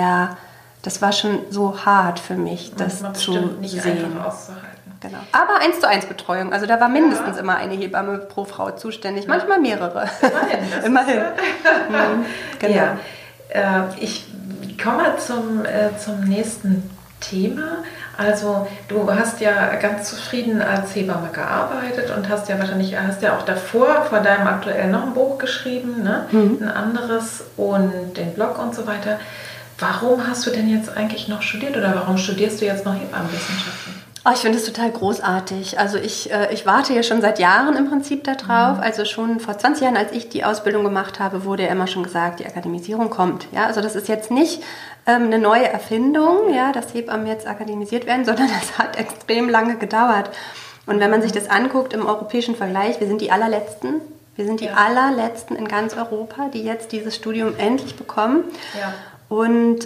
so hart für mich, das zu sehen. Genau. Aber 1:1 Betreuung, also da war mindestens immer eine Hebamme pro Frau zuständig, manchmal mehrere. Immerhin. Genau. Ja. Ich komme mal zum nächsten Thema. Also du hast ja ganz zufrieden als Hebamme gearbeitet und hast ja auch davor vor deinem aktuellen noch ein Buch geschrieben, ne? Ein anderes und den Blog und so weiter. Warum hast du denn jetzt eigentlich noch studiert oder warum studierst du jetzt noch Hebammenwissenschaften? Oh, ich finde es total großartig. Also ich warte ja schon seit Jahren im Prinzip da drauf. Also schon vor 20 Jahren, als ich die Ausbildung gemacht habe, wurde ja immer schon gesagt, die Akademisierung kommt. Ja, also das ist jetzt nicht eine neue Erfindung, ja, dass Hebammen jetzt akademisiert werden, sondern das hat extrem lange gedauert. Und wenn man sich das anguckt im europäischen Vergleich, wir sind die allerletzten. Wir sind die allerletzten in ganz Europa, die jetzt dieses Studium endlich bekommen. Ja. Und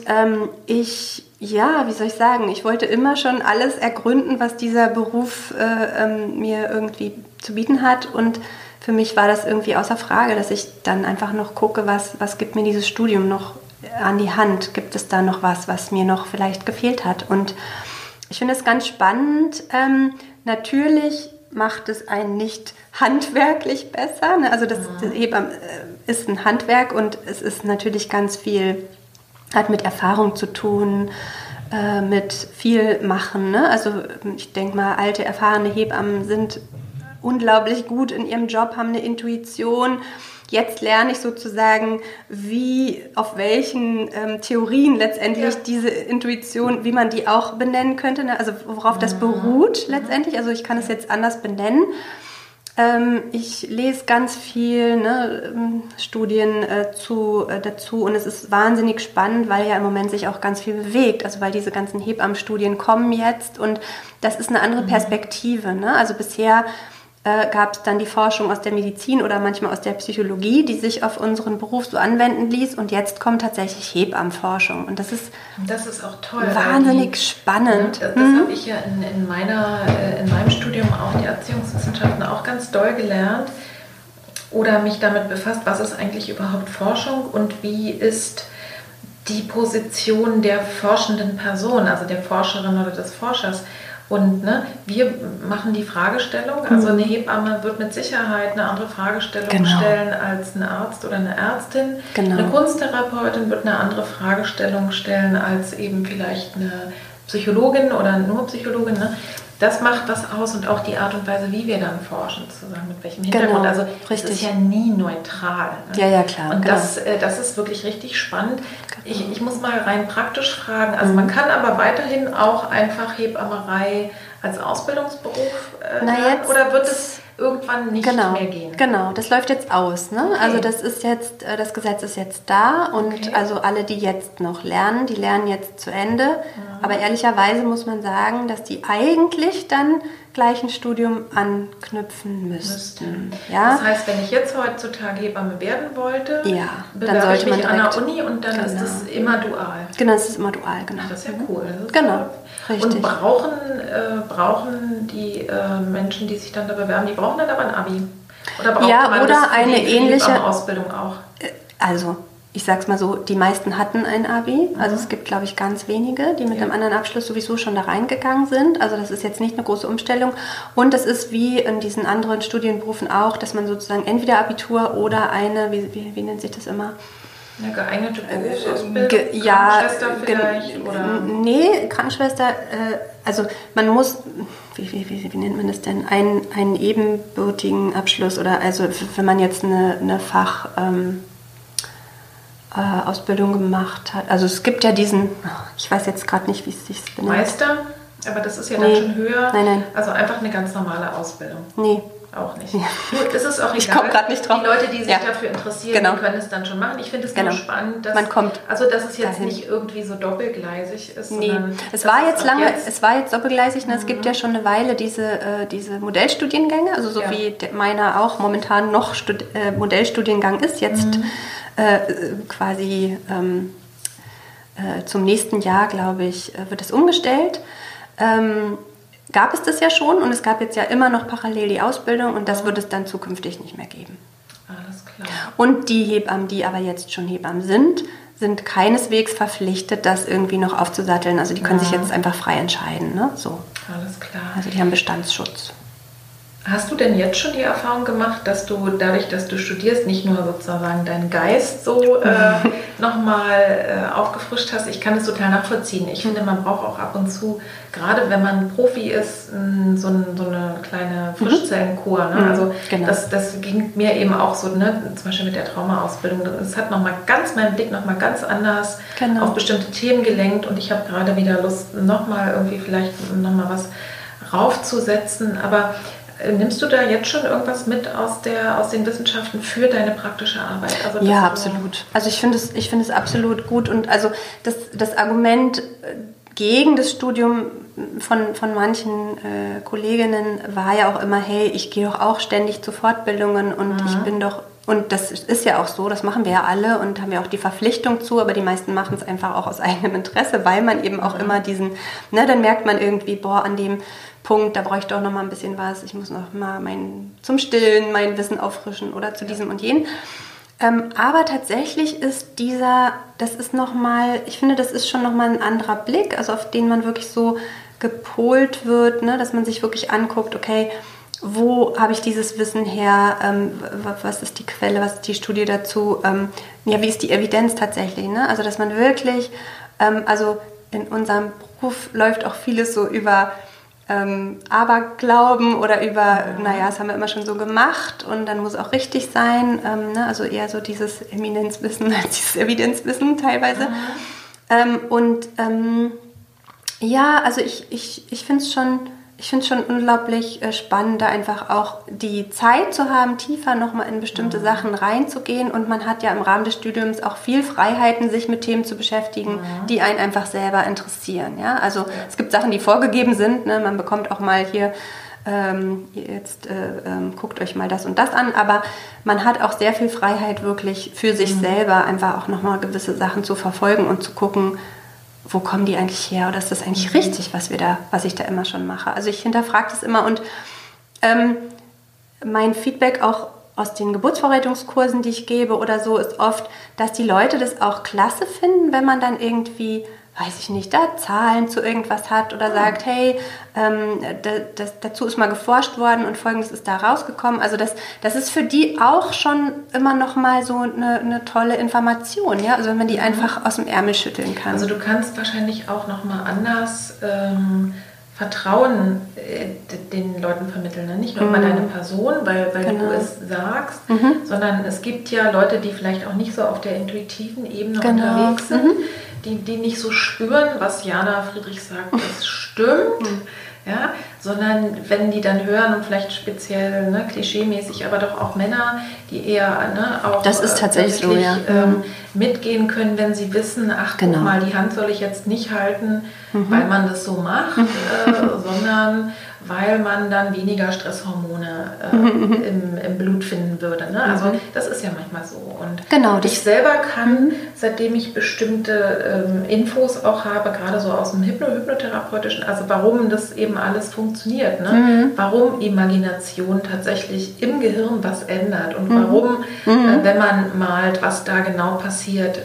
wie soll ich sagen, ich wollte immer schon alles ergründen, was dieser Beruf mir irgendwie zu bieten hat. Und für mich war das irgendwie außer Frage, dass ich dann einfach noch gucke, was gibt mir dieses Studium noch an die Hand? Gibt es da noch was mir noch vielleicht gefehlt hat? Und ich finde es ganz spannend. Natürlich macht es einen nicht handwerklich besser. Ne? Also das Hebammen ist ein Handwerk und es ist natürlich ganz viel... hat mit Erfahrung zu tun, mit viel machen. Ne? Also ich denke mal, alte, erfahrene Hebammen sind unglaublich gut in ihrem Job, haben eine Intuition. Jetzt lerne ich sozusagen, auf welchen Theorien letztendlich diese Intuition, wie man die auch benennen könnte. Ne? Also worauf das beruht letztendlich. Also ich kann es jetzt anders benennen. Ich lese ganz viel Studien dazu und es ist wahnsinnig spannend, weil ja im Moment sich auch ganz viel bewegt, also weil diese ganzen Hebammenstudien kommen jetzt und das ist eine andere Perspektive. Ne? Also bisher gab es dann die Forschung aus der Medizin oder manchmal aus der Psychologie, die sich auf unseren Beruf so anwenden ließ und jetzt kommt tatsächlich Hebammenforschung und das ist auch toll. Wahnsinnig spannend. Das habe ich ja in meinem Studium auch die Erziehungswissenschaften auch ganz doll gelernt oder mich damit befasst, was ist eigentlich überhaupt Forschung und wie ist die Position der forschenden Person, also der Forscherin oder des Forschers. Und wir machen die Fragestellung, also eine Hebamme wird mit Sicherheit eine andere Fragestellung stellen als ein Arzt oder eine Ärztin. Genau. Eine Kunsttherapeutin wird eine andere Fragestellung stellen als eben vielleicht eine Psychologin oder nur Psychologin. Ne? Das macht das aus und auch die Art und Weise, wie wir dann forschen, zusammen mit welchem Hintergrund. Genau, also es ist ja nie neutral. Ne? Ja, klar. Und das ist wirklich richtig spannend. Ich muss mal rein praktisch fragen. Also man kann aber weiterhin auch einfach Hebammerei als Ausbildungsberuf lernen? Oder wird es irgendwann nicht genau, mehr gehen. Genau, das läuft jetzt aus. Ne? Okay. Also das ist jetzt, das Gesetz ist jetzt da und also alle, die jetzt noch lernen, die lernen jetzt zu Ende. Aber ehrlicherweise muss man sagen, dass die eigentlich dann gleich ein Studium anknüpfen müssten. Ja? Das heißt, wenn ich jetzt heutzutage Hebamme werden wollte, dann sollte man mich an der Uni und dann ist das immer dual. Genau, es ist immer dual, genau. Ach, das ist ja cool. Ist genau, richtig. Und brauchen die Menschen, die sich dann da bewerben, die brauchen dann aber ein Abi? Oder braucht man oder das eine ähnliche Ausbildung auch? Also, ich sag's mal so, die meisten hatten ein Abi. Also es gibt, glaube ich, ganz wenige, die mit einem anderen Abschluss sowieso schon da reingegangen sind. Also das ist jetzt nicht eine große Umstellung. Und das ist wie in diesen anderen Studienberufen auch, dass man sozusagen entweder Abitur oder eine, wie nennt sich das immer? Eine geeignete Berufsausbildung? Krankenschwester vielleicht? Oder? Nee, Krankenschwester, also man muss, wie nennt man das denn? Einen ebenbürtigen Abschluss oder also wenn man jetzt eine Ausbildung gemacht hat. Also es gibt ja diesen, ich weiß jetzt gerade nicht, wie es sich benennt. Meister? Aber das ist ja dann schon höher. Nein. Also einfach eine ganz normale Ausbildung. Nee. Auch nicht. Ja. Gut, es ist auch egal. Ich komme gerade nicht drauf. Die Leute, die sich dafür interessieren, die können es dann schon machen. Ich finde es nur spannend, dass, dass es jetzt nicht irgendwie so doppelgleisig ist. Nee, es war jetzt doppelgleisig. Es gibt ja schon eine Weile diese Modellstudiengänge, also so wie meiner auch momentan noch Modellstudiengang ist, jetzt quasi zum nächsten Jahr, glaube ich, wird es umgestellt. Gab es das ja schon und es gab jetzt ja immer noch parallel die Ausbildung und das wird es dann zukünftig nicht mehr geben. Alles klar. Und die Hebammen, die aber jetzt schon Hebammen sind keineswegs verpflichtet, das irgendwie noch aufzusatteln. Also die können sich jetzt einfach frei entscheiden. Ne? So. Alles klar. Also die haben Bestandsschutz. Hast du denn jetzt schon die Erfahrung gemacht, dass du dadurch, dass du studierst, nicht nur sozusagen deinen Geist so nochmal aufgefrischt hast? Ich kann das total nachvollziehen. Ich finde, man braucht auch ab und zu, gerade wenn man Profi ist, so eine kleine Frischzellenkur. Ne? Also das ging mir eben auch so, ne? Zum Beispiel mit der Traumaausbildung. Das hat meinen Blick nochmal ganz anders auf bestimmte Themen gelenkt und ich habe gerade wieder Lust, nochmal irgendwie vielleicht nochmal was raufzusetzen. Aber nimmst du da jetzt schon irgendwas mit aus den Wissenschaften für deine praktische Arbeit? Also ja, absolut. Also ich finde es absolut gut. Und also das Argument gegen das Studium von manchen Kolleginnen war ja auch immer, hey, ich gehe doch auch ständig zu Fortbildungen und ich bin doch, und das ist ja auch so, das machen wir ja alle und haben ja auch die Verpflichtung zu, aber die meisten machen es einfach auch aus eigenem Interesse, weil man eben auch immer dann merkt man irgendwie, an dem Punkt, da brauche ich doch noch mal ein bisschen was, ich muss noch mal zum Stillen mein Wissen auffrischen oder zu diesem und jenem. Aber tatsächlich ist das ist noch mal, ich finde, das ist schon noch mal ein anderer Blick, also auf den man wirklich so gepolt wird, ne, dass man sich wirklich anguckt, okay, wo habe ich dieses Wissen her, was ist die Quelle, was ist die Studie dazu, wie ist die Evidenz tatsächlich, ne? Also dass man wirklich, also in unserem Beruf läuft auch vieles so über Aberglauben oder über, das haben wir immer schon so gemacht und dann muss auch richtig sein, also eher so dieses Eminenzwissen als dieses Evidenzwissen teilweise. Also ich finde es schon unglaublich spannend, da einfach auch die Zeit zu haben, tiefer nochmal in bestimmte Sachen reinzugehen. Und man hat ja im Rahmen des Studiums auch viel Freiheiten, sich mit Themen zu beschäftigen, die einen einfach selber interessieren. Ja? Also es gibt Sachen, die vorgegeben sind. Ne? Man bekommt auch mal hier, guckt euch mal das und das an. Aber man hat auch sehr viel Freiheit, wirklich für sich selber einfach auch nochmal gewisse Sachen zu verfolgen und zu gucken, wo kommen die eigentlich her oder ist das eigentlich richtig, was ich da immer schon mache. Also ich hinterfrage das immer und mein Feedback auch aus den Geburtsvorbereitungskursen, die ich gebe oder so, ist oft, dass die Leute das auch klasse finden, wenn man dann irgendwie, weiß ich nicht, da Zahlen zu irgendwas hat oder sagt, hey, dazu ist mal geforscht worden und Folgendes ist da rausgekommen. Also das ist für die auch schon immer noch mal so eine tolle Information, ja, also wenn man die einfach aus dem Ärmel schütteln kann. Also du kannst wahrscheinlich auch noch mal anders Vertrauen den Leuten vermitteln, ne? Nicht nur über deine Person, weil du es sagst, sondern es gibt ja Leute, die vielleicht auch nicht so auf der intuitiven Ebene unterwegs sind, die nicht so spüren, was Jana Friedrich sagt, das stimmt. ja, sondern wenn die dann hören und vielleicht speziell klischeemäßig, aber doch auch Männer, die eher auch das ist tatsächlich so, ja. Mitgehen können, wenn sie wissen, ach guck mal, die Hand soll ich jetzt nicht halten, weil man das so macht, sondern weil man dann weniger Stresshormone im Blut finden würde. Ne? Also das ist ja manchmal so. Und genau, ich selber kann, seitdem ich bestimmte Infos auch habe, gerade so aus dem hypnotherapeutischen, also warum das eben alles funktioniert, ne? Warum Imagination tatsächlich im Gehirn was ändert und warum, wenn man malt, was da genau passiert,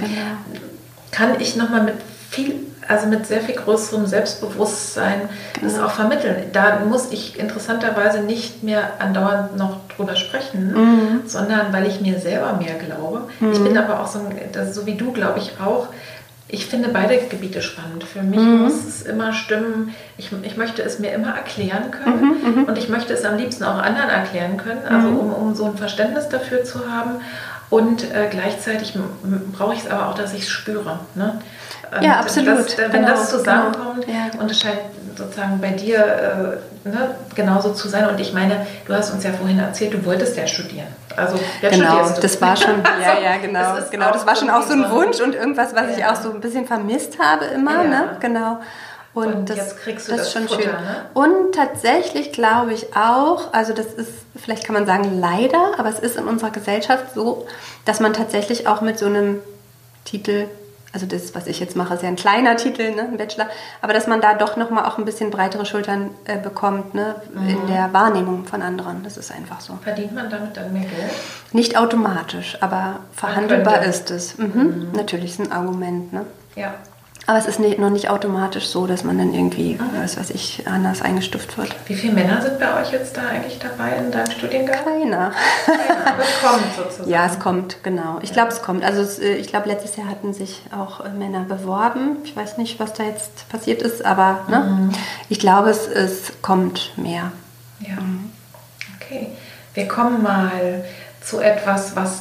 kann ich nochmal mit sehr viel größerem Selbstbewusstsein das auch vermitteln. Da muss ich interessanterweise nicht mehr andauernd noch drüber sprechen, sondern weil ich mir selber mehr glaube. Ich bin aber auch so wie du, glaube ich auch, ich finde beide Gebiete spannend. Für mich muss es immer stimmen. Ich möchte es mir immer erklären können und ich möchte es am liebsten auch anderen erklären können, also um so ein Verständnis dafür zu haben. Und gleichzeitig brauche ich es aber auch, dass ich es spüre. Ne? Ja, absolut. Wenn das zusammenkommt, und es scheint sozusagen bei dir genauso zu sein. Und ich meine, du hast uns ja vorhin erzählt, du wolltest ja studieren. Also jetzt studierst du. Das war schon, das war schon auch so ein Wunsch und irgendwas, was ich auch so ein bisschen vermisst habe immer. Ja. Ne? Genau. Und jetzt kriegst du das schon Futter, schön. Ne? Und tatsächlich glaube ich auch, also das ist, vielleicht kann man sagen leider, aber es ist in unserer Gesellschaft so, dass man tatsächlich auch mit so einem Titel, also das, was ich jetzt mache, ist ja ein kleiner Titel, ne, ein Bachelor, aber dass man da doch nochmal auch ein bisschen breitere Schultern bekommt, ne, in der Wahrnehmung von anderen. Das ist einfach so. Verdient man damit dann mehr Geld? Nicht automatisch, aber verhandelbar ist es. Natürlich ist ein Argument. Ne? Ja. Aber es ist noch nicht automatisch so, dass man dann irgendwie, anders eingestuft wird. Wie viele Männer sind bei euch jetzt da eigentlich dabei in deinem Studiengang? Keiner. Aber es kommt sozusagen. Ja, es kommt, genau. Ich glaube, es kommt. Also ich glaube, letztes Jahr hatten sich auch Männer beworben. Ich weiß nicht, was da jetzt passiert ist, aber ich glaube, es kommt mehr. Ja, okay. Wir kommen mal zu etwas, was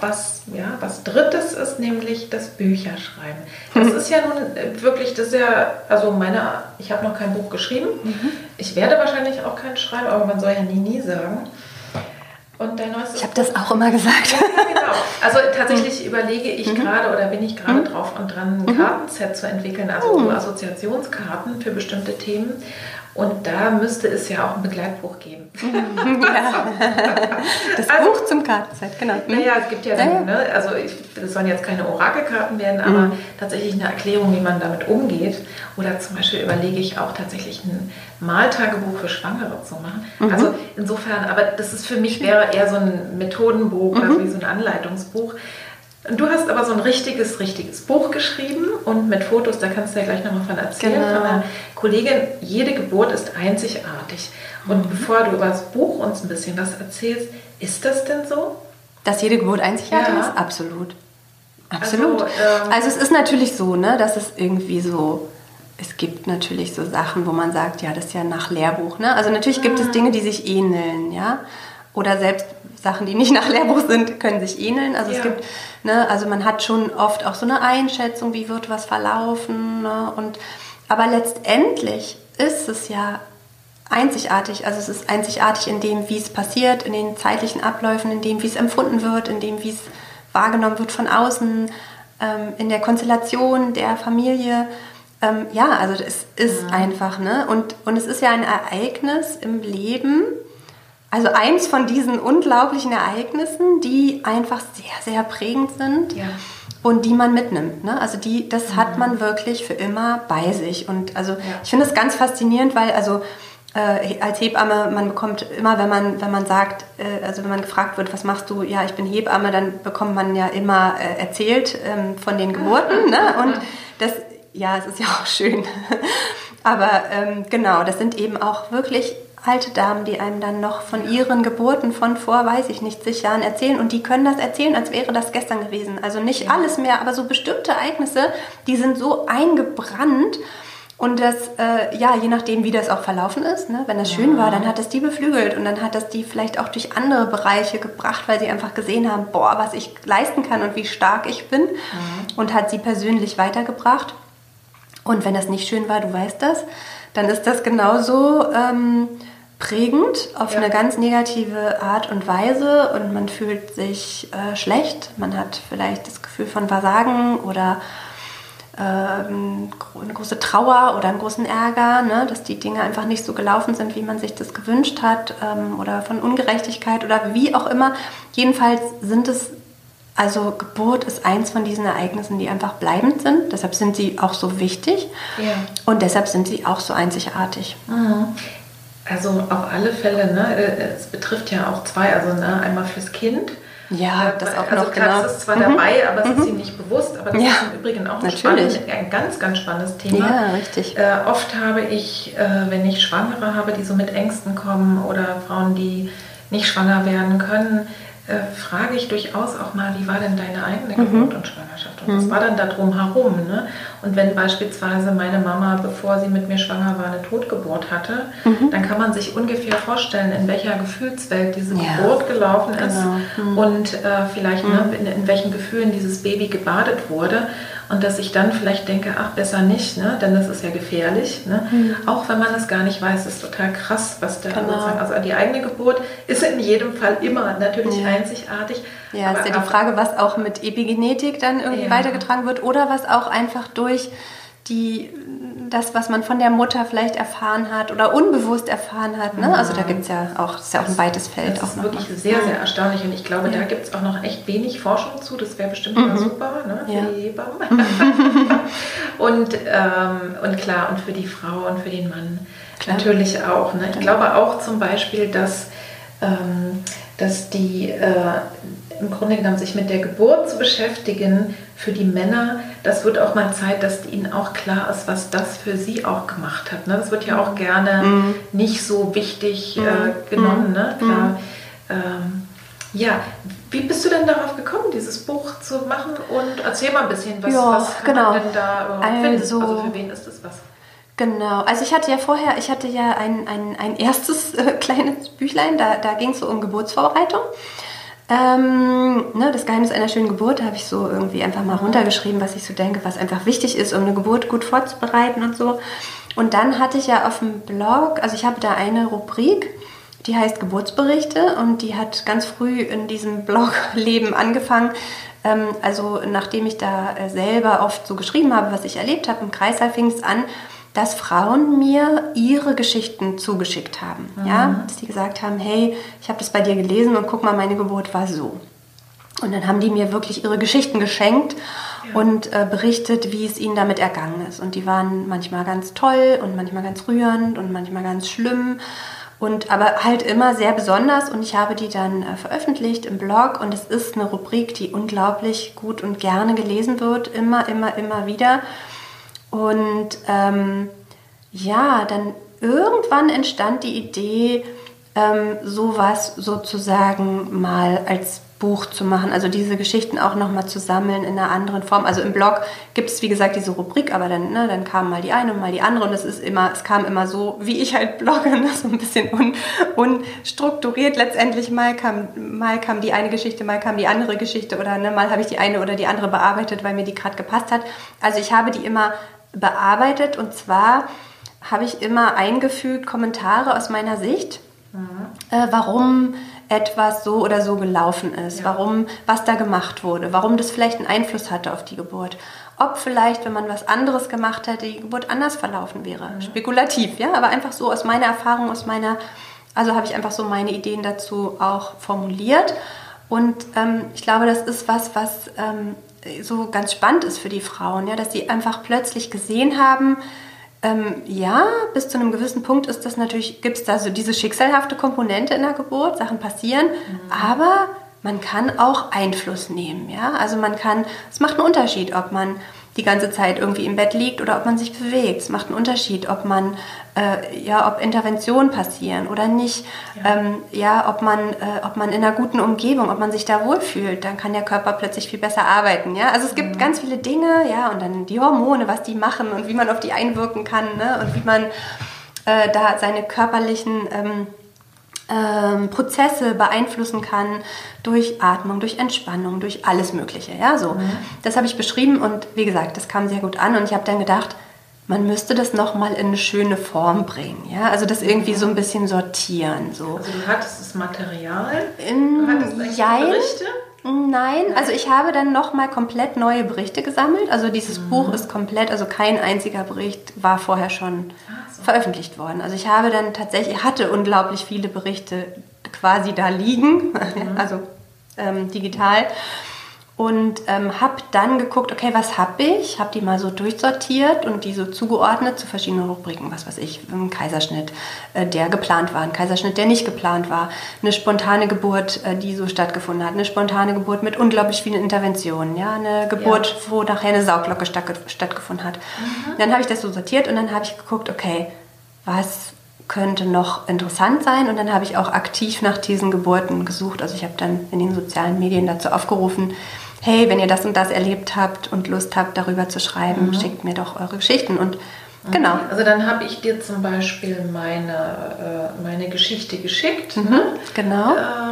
Drittes ist, nämlich das Bücherschreiben. Das ist ja nun wirklich, ich habe noch kein Buch geschrieben. Ich werde wahrscheinlich auch keins schreiben, aber man soll ja nie sagen. Und dein neuestes Ich habe das auch immer gesagt. Ja, genau. Also tatsächlich überlege ich gerade oder bin ich gerade drauf und dran, ein Kartenset zu entwickeln, also so Assoziationskarten für bestimmte Themen. Und da müsste es ja auch ein Begleitbuch geben. Ja. Das Buch zum Kartenset, genau. Naja, es gibt ja dann, das sollen jetzt keine Orakelkarten werden, aber tatsächlich eine Erklärung, wie man damit umgeht. Oder zum Beispiel überlege ich auch tatsächlich ein Maltagebuch für Schwangere zu machen. Also insofern, aber das ist für mich wäre eher so ein Methodenbuch, also wie so ein Anleitungsbuch. Du hast aber so ein richtiges Buch geschrieben und mit Fotos, da kannst du ja gleich nochmal von erzählen, von einer Kollegin. Jede Geburt ist einzigartig. Und bevor du über das Buch uns ein bisschen was erzählst, ist das denn so? Dass jede Geburt einzigartig ist? Absolut. Absolut. Also es ist natürlich so, ne, dass es irgendwie so, es gibt natürlich so Sachen, wo man sagt, ja, das ist ja nach Lehrbuch. Ne? Also natürlich gibt es Dinge, die sich ähneln, ja. Oder selbst Sachen, die nicht nach Lehrbuch sind, können sich ähneln. Also es gibt, also man hat schon oft auch so eine Einschätzung, wie wird was verlaufen. Ne? Aber letztendlich ist es ja einzigartig. Also es ist einzigartig in dem, wie es passiert, in den zeitlichen Abläufen, in dem, wie es empfunden wird, in dem, wie es wahrgenommen wird von außen, in der Konstellation der Familie. Also es ist einfach, ne? Und es ist ja ein Ereignis im Leben. Also eins von diesen unglaublichen Ereignissen, die einfach sehr, sehr prägend sind und die man mitnimmt. Ne? Also das hat man wirklich für immer bei sich. Und also ich finde es ganz faszinierend, weil als Hebamme, man bekommt immer, wenn man sagt, wenn man gefragt wird, was machst du? Ja, ich bin Hebamme, dann bekommt man ja immer erzählt von den Geburten. Ne? Und das, es ist ja auch schön. Aber das sind eben auch wirklich alte Damen, die einem dann noch von ihren Geburten von vor, weiß ich nicht, zig Jahren erzählen. Und die können das erzählen, als wäre das gestern gewesen. Also nicht alles mehr, aber so bestimmte Ereignisse, die sind so eingebrannt. Und das, je nachdem, wie das auch verlaufen ist, ne? Wenn das schön war, dann hat das die beflügelt. Und dann hat das die vielleicht auch durch andere Bereiche gebracht, weil sie einfach gesehen haben, was ich leisten kann und wie stark ich bin. Und hat sie persönlich weitergebracht. Und wenn das nicht schön war, du weißt das, dann ist das genauso prägend auf eine ganz negative Art und Weise und man fühlt sich schlecht. Man hat vielleicht das Gefühl von Versagen oder eine große Trauer oder einen großen Ärger, ne, dass die Dinge einfach nicht so gelaufen sind, wie man sich das gewünscht hat oder von Ungerechtigkeit oder wie auch immer. Jedenfalls also Geburt ist eins von diesen Ereignissen, die einfach bleibend sind. Deshalb sind sie auch so wichtig und deshalb sind sie auch so einzigartig. Mhm. Also auf alle Fälle, ne, es betrifft ja auch zwei, also ne, einmal fürs Kind. Ja, das auch also noch, klar, es ist zwar dabei, aber es ist ihm nicht bewusst, aber das ist im Übrigen auch ein ganz, ganz spannendes Thema. Ja, richtig. Oft habe ich, wenn ich Schwangere habe, die so mit Ängsten kommen oder Frauen, die nicht schwanger werden können, frage ich durchaus auch mal, wie war denn deine eigene Geburt und Schwangerschaft? Und was war dann da drumherum? Ne? Und wenn beispielsweise meine Mama, bevor sie mit mir schwanger war, eine Totgeburt hatte, dann kann man sich ungefähr vorstellen, in welcher Gefühlswelt diese Geburt gelaufen ist und vielleicht in welchen Gefühlen dieses Baby gebadet wurde. Und dass ich dann vielleicht denke, ach, besser nicht, ne? Denn das ist ja gefährlich. Ne? Auch wenn man es gar nicht weiß, ist total krass, was da sozusagen, also die eigene Geburt ist in jedem Fall immer natürlich einzigartig. Ja, ist ja die Frage, was auch mit Epigenetik dann irgendwie weitergetragen wird oder was auch einfach durch das, was man von der Mutter vielleicht erfahren hat oder unbewusst erfahren hat. Ne? Also da gibt es ja auch, das ist ja auch ein weites Feld. Das ist wirklich sehr, sehr erstaunlich und ich glaube, da gibt es auch noch echt wenig Forschung zu. Das wäre bestimmt mal super, ne, für die Hebammen. und klar, und für die Frau und für den Mann natürlich auch. Ne? Ich glaube auch zum Beispiel, dass die im Grunde genommen sich mit der Geburt zu beschäftigen, für die Männer, das wird auch mal Zeit, dass ihnen auch klar ist, was das für sie auch gemacht hat. Ne? Das wird ja auch gerne nicht so wichtig genommen. Ne? Klar. Wie bist du denn darauf gekommen, dieses Buch zu machen? Und erzähl mal ein bisschen, was kann man denn da finden? Also für wen ist das was? Genau, also ich hatte ja ein erstes kleines Büchlein, da ging es so um Geburtsvorbereitung. Das Geheimnis einer schönen Geburt habe ich so irgendwie einfach mal runtergeschrieben, was ich so denke, was einfach wichtig ist, um eine Geburt gut vorzubereiten und so. Und dann hatte ich ja auf dem Blog, also ich habe da eine Rubrik, die heißt Geburtsberichte und die hat ganz früh in diesem Blogleben angefangen. Also nachdem ich da selber oft so geschrieben habe, was ich erlebt habe im Kreißsaal, fing es an, dass Frauen mir ihre Geschichten zugeschickt haben. Ja? Dass die gesagt haben, hey, ich habe das bei dir gelesen und guck mal, meine Geburt war so. Und dann haben die mir wirklich ihre Geschichten geschenkt und berichtet, wie es ihnen damit ergangen ist. Und die waren manchmal ganz toll und manchmal ganz rührend und manchmal ganz schlimm. Aber halt immer sehr besonders und ich habe die dann veröffentlicht im Blog und es ist eine Rubrik, die unglaublich gut und gerne gelesen wird, immer wieder. Und dann irgendwann entstand die Idee, sowas sozusagen mal als Buch zu machen, also diese Geschichten auch nochmal zu sammeln in einer anderen Form. Also im Blog gibt es, wie gesagt, diese Rubrik, aber dann kam mal die eine und mal die andere und es kam immer so, wie ich halt blogge, so ein bisschen unstrukturiert. Letztendlich mal kam die eine Geschichte, mal kam die andere Geschichte oder mal habe ich die eine oder die andere bearbeitet, weil mir die gerade gepasst hat. Also ich habe die immer bearbeitet und zwar habe ich immer eingefügt Kommentare aus meiner Sicht, warum etwas so oder so gelaufen ist, was da gemacht wurde, warum das vielleicht einen Einfluss hatte auf die Geburt, ob vielleicht, wenn man was anderes gemacht hätte, die Geburt anders verlaufen wäre. Spekulativ, ja, aber einfach so aus meiner Erfahrung, also habe ich einfach so meine Ideen dazu auch formuliert und ich glaube, das ist was so ganz spannend ist für die Frauen, ja, dass sie einfach plötzlich gesehen haben, bis zu einem gewissen Punkt ist das natürlich, gibt es da so diese schicksalhafte Komponente in der Geburt, Sachen passieren, aber man kann auch Einfluss nehmen, ja, also es macht einen Unterschied, ob man die ganze Zeit irgendwie im Bett liegt oder ob man sich bewegt. Es macht einen Unterschied, ob Interventionen passieren oder nicht. Ob man in einer guten Umgebung, ob man sich da wohlfühlt, dann kann der Körper plötzlich viel besser arbeiten. Ja? Also es gibt ganz viele Dinge, ja, und dann die Hormone, was die machen und wie man auf die einwirken kann, ne? Und wie man da seine körperlichen Prozesse beeinflussen kann durch Atmung, durch Entspannung, durch alles Mögliche. Ja, so. Das habe ich beschrieben und wie gesagt, das kam sehr gut an und ich habe dann gedacht, man müsste das nochmal in eine schöne Form bringen. Ja? Also das irgendwie so ein bisschen sortieren. So. Also du hattest das Material? Du hattest Berichte? Nein, also ich habe dann nochmal komplett neue Berichte gesammelt. Also dieses Buch ist komplett, also kein einziger Bericht war vorher schon veröffentlicht worden. Also ich habe dann tatsächlich, hatte unglaublich viele Berichte quasi da liegen, also digital. Und habe dann geguckt, okay, was habe ich? Habe die mal so durchsortiert und die so zugeordnet zu verschiedenen Rubriken. Was weiß ich, ein Kaiserschnitt, der geplant war, ein Kaiserschnitt, der nicht geplant war, eine spontane Geburt, die so stattgefunden hat, eine spontane Geburt mit unglaublich vielen Interventionen, ja, eine Geburt, wo nachher eine Sauglocke stattgefunden hat. Dann habe ich das so sortiert und dann habe ich geguckt, okay, was könnte noch interessant sein? Und dann habe ich auch aktiv nach diesen Geburten gesucht. Also ich habe dann in den sozialen Medien dazu aufgerufen, hey, wenn ihr das und das erlebt habt und Lust habt, darüber zu schreiben, schickt mir doch eure Geschichten. Und genau. Also dann habe ich dir zum Beispiel meine Geschichte geschickt. Genau.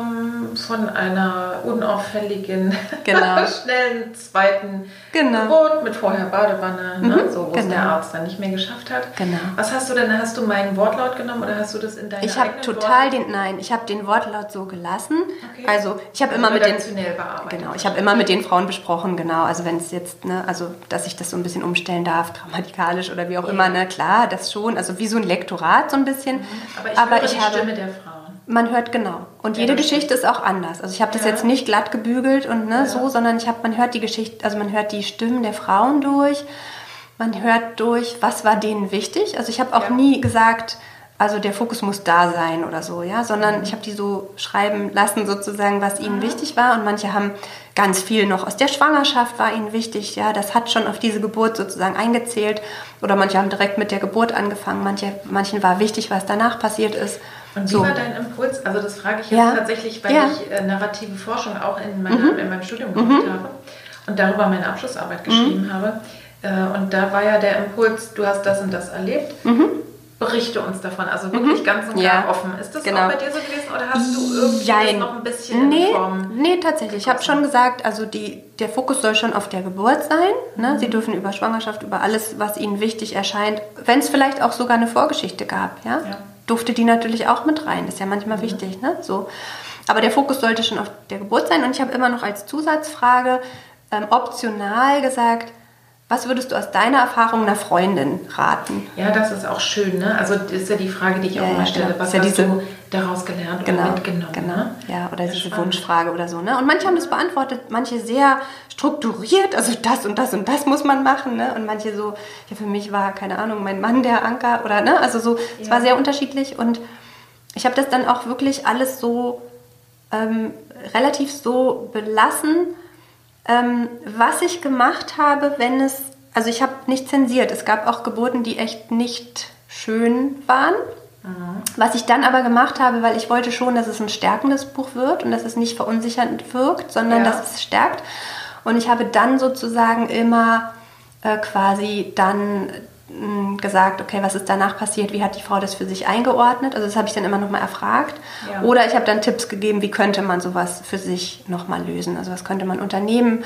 Von einer unauffälligen, schnellen zweiten Geburt mit vorher Badewanne, so, wo es der Arzt dann nicht mehr geschafft hat. Genau. Was hast du denn? Hast du meinen Wortlaut genommen oder hast du das in deine Ich habe ich habe den Wortlaut so gelassen. Okay. Also ich habe immer bearbeitet. immer mit den Frauen besprochen, genau. Also wenn es jetzt, also dass ich das so ein bisschen umstellen darf, grammatikalisch oder wie auch immer, klar, das schon. Also wie so ein Lektorat so ein bisschen. Aber ich höre die Stimme der Frauen. Man hört genau. Und jede Geschichte ist auch anders. Also ich habe das jetzt nicht glatt gebügelt und so, sondern man hört die Geschichte, also man hört die Stimmen der Frauen durch. Man hört durch, was war denen wichtig. Also ich habe auch nie gesagt, also der Fokus muss da sein oder so, ja, sondern ich habe die so schreiben lassen sozusagen, was ihnen wichtig war. Und manche haben ganz viel noch aus der Schwangerschaft war ihnen wichtig, ja, das hat schon auf diese Geburt sozusagen eingezählt. Oder manche haben direkt mit der Geburt angefangen, manchen war wichtig, was danach passiert ist. Und wie war dein Impuls? Also das frage ich jetzt tatsächlich, weil ich narrative Forschung auch in meinem Studium gemacht habe und darüber meine Abschlussarbeit geschrieben habe. Und da war ja der Impuls, du hast das und das erlebt. Berichte uns davon, also wirklich ganz und gar offen. Ist das auch bei dir so gewesen oder hast du irgendwie das noch ein bisschen in Form? Nee, tatsächlich. Ich habe schon gesagt, also der Fokus soll schon auf der Geburt sein. Ne? Sie dürfen über Schwangerschaft, über alles, was ihnen wichtig erscheint, wenn es vielleicht auch sogar eine Vorgeschichte gab, durfte die natürlich auch mit rein. Das ist ja manchmal wichtig, ne? So. Aber der Fokus sollte schon auf der Geburt sein. Und ich habe immer noch als Zusatzfrage optional gesagt, was würdest du aus deiner Erfahrung einer Freundin raten? Ja, das ist auch schön, ne? Also das ist ja die Frage, die ich auch immer stelle. Was hast du daraus gelernt oder mitgenommen? Genau. Ne? Ja, oder diese Wunschfrage oder so, ne? Und manche haben das beantwortet, manche sehr strukturiert, also das und das und das muss man machen, ne? Und manche so, ja, für mich war, keine Ahnung, mein Mann der Anker oder, ne? Also so, es war sehr unterschiedlich und ich habe das dann auch wirklich alles so relativ so belassen, was ich gemacht habe, also ich habe nicht zensiert. Es gab auch Geburten, die echt nicht schön waren. Was ich dann aber gemacht habe, weil ich wollte schon, dass es ein stärkendes Buch wird und dass es nicht verunsichernd wirkt, sondern dass es stärkt. Und ich habe dann sozusagen immer quasi dann gesagt, okay, was ist danach passiert, wie hat die Frau das für sich eingeordnet, also das habe ich dann immer nochmal erfragt oder ich habe dann Tipps gegeben, wie könnte man sowas für sich nochmal lösen, also was könnte man unternehmen,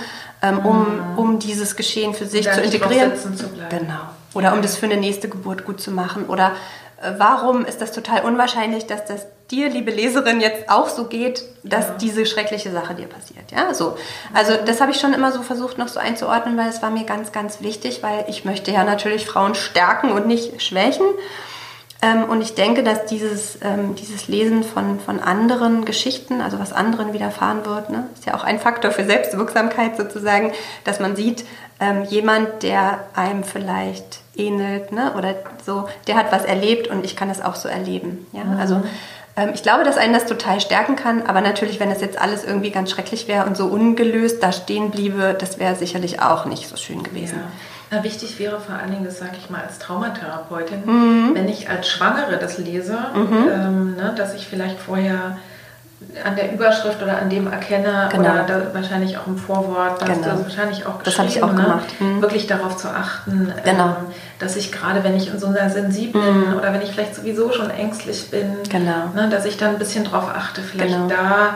um dieses Geschehen für sich zu integrieren, genau, oder um das für eine nächste Geburt gut zu machen oder warum ist das total unwahrscheinlich, dass das dir, liebe Leserin, jetzt auch so geht, dass diese schreckliche Sache dir passiert. Ja, so. Also das habe ich schon immer so versucht, noch so einzuordnen, weil es war mir ganz, ganz wichtig, weil ich möchte ja natürlich Frauen stärken und nicht schwächen. Und ich denke, dass dieses Lesen von anderen Geschichten, also was anderen widerfahren wird, ne, ist ja auch ein Faktor für Selbstwirksamkeit sozusagen, dass man sieht, jemand, der einem vielleicht ähnelt, ne, oder so, der hat was erlebt und ich kann das auch so erleben. Ja? Also ich glaube, dass einen das total stärken kann, aber natürlich, wenn das jetzt alles irgendwie ganz schrecklich wäre und so ungelöst da stehen bliebe, das wäre sicherlich auch nicht so schön gewesen. Ja. Na, wichtig wäre vor allen Dingen, das sage ich mal als Traumatherapeutin, wenn ich als Schwangere das lese, dass ich vielleicht vorher an der Überschrift oder an dem erkenne oder wahrscheinlich auch im Vorwort, das hast du wahrscheinlich auch geschrieben, das habe ich auch gemacht. Wirklich darauf zu achten, dass ich gerade, wenn ich in so einer sensiblen oder wenn ich vielleicht sowieso schon ängstlich bin, dass ich dann ein bisschen drauf achte, vielleicht da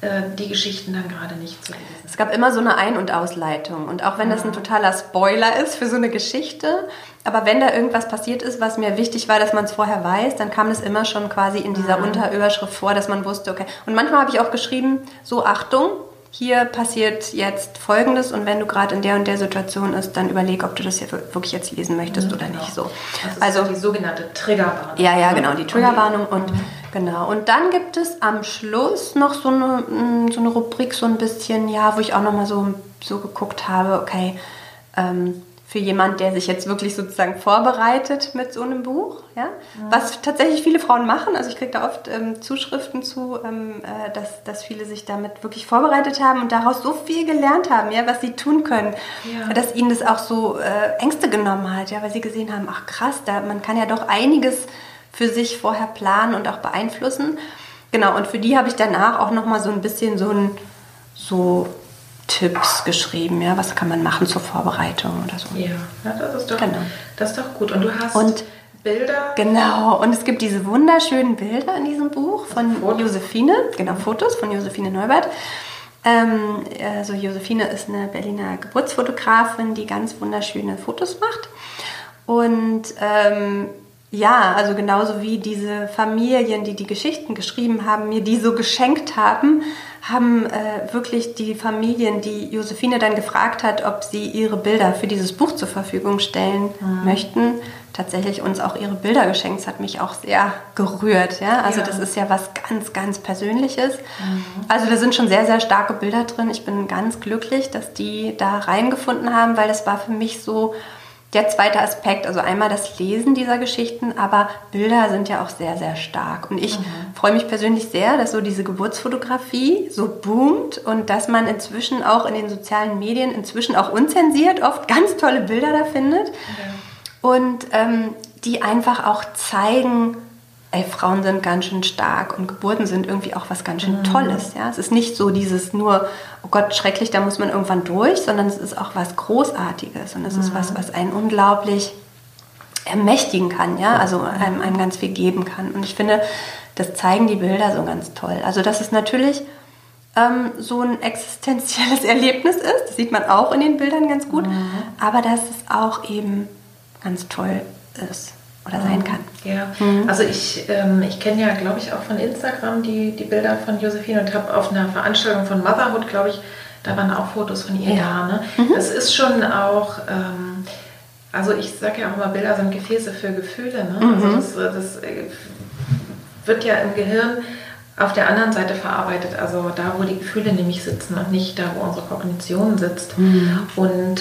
die Geschichten dann gerade nicht zu lesen. Es gab immer so eine Ein- und Ausleitung. Und auch wenn das ein totaler Spoiler ist für so eine Geschichte, aber wenn da irgendwas passiert ist, was mir wichtig war, dass man es vorher weiß, dann kam das immer schon quasi in dieser Unterüberschrift vor, dass man wusste, okay. Und manchmal habe ich auch geschrieben, so Achtung, hier passiert jetzt Folgendes und wenn du gerade in der und der Situation ist, dann überleg, ob du das hier wirklich jetzt lesen möchtest oder nicht. So. Also die sogenannte Triggerwarnung. Ja, genau, die Triggerwarnung und genau. Und dann gibt es am Schluss noch so eine Rubrik, so ein bisschen, ja, wo ich auch nochmal so geguckt habe, okay, für jemand, der sich jetzt wirklich sozusagen vorbereitet mit so einem Buch, ja, was tatsächlich viele Frauen machen. Also ich kriege da oft Zuschriften zu, dass viele sich damit wirklich vorbereitet haben und daraus so viel gelernt haben, ja, was sie tun können, dass ihnen das auch so Ängste genommen hat, ja, weil sie gesehen haben, ach krass, man kann ja doch einiges für sich vorher planen und auch beeinflussen. Genau, und für die habe ich danach auch nochmal so ein bisschen so Tipps geschrieben, ja, was kann man machen zur Vorbereitung oder so. Ja, das ist doch gut. Und du hast Bilder? Genau, und es gibt diese wunderschönen Bilder in diesem Buch von Josephine, genau, Fotos von Josephine Neubert. Also Josephine ist eine Berliner Geburtsfotografin, die ganz wunderschöne Fotos macht. Und ja, also genauso wie diese Familien, die Geschichten geschrieben haben, mir die so geschenkt haben wirklich die Familien, die Josephine dann gefragt hat, ob sie ihre Bilder für dieses Buch zur Verfügung stellen möchten, tatsächlich uns auch ihre Bilder geschenkt. Das hat mich auch sehr gerührt. Ja? Also das ist ja was ganz, ganz Persönliches. Also da sind schon sehr, sehr starke Bilder drin. Ich bin ganz glücklich, dass die da reingefunden haben, weil das war für mich so der zweite Aspekt, also einmal das Lesen dieser Geschichten, aber Bilder sind ja auch sehr, sehr stark. Und ich freue mich persönlich sehr, dass so diese Geburtsfotografie so boomt und dass man inzwischen auch in den sozialen Medien, inzwischen auch unzensiert, oft ganz tolle Bilder da findet. Und die einfach auch zeigen, ey, Frauen sind ganz schön stark und Geburten sind irgendwie auch was ganz schön Tolles. Ja? Es ist nicht so dieses nur, oh Gott, schrecklich, da muss man irgendwann durch, sondern es ist auch was Großartiges und es ist was einen unglaublich ermächtigen kann, ja? Also einem ganz viel geben kann. Und ich finde, das zeigen die Bilder so ganz toll. Also dass es natürlich so ein existenzielles Erlebnis ist, das sieht man auch in den Bildern ganz gut, aber dass es auch eben ganz toll ist. Oder sein kann. Ja, also ich kenne ja, glaube ich, auch von Instagram die Bilder von Josephine und habe auf einer Veranstaltung von Motherhood, glaube ich, da waren auch Fotos von ihr da. Ne? Das ist schon auch, also ich sage ja auch immer, Bilder sind Gefäße für Gefühle. Ne? Also das wird ja im Gehirn auf der anderen Seite verarbeitet, also da, wo die Gefühle nämlich sitzen und nicht da, wo unsere Kognition sitzt. Und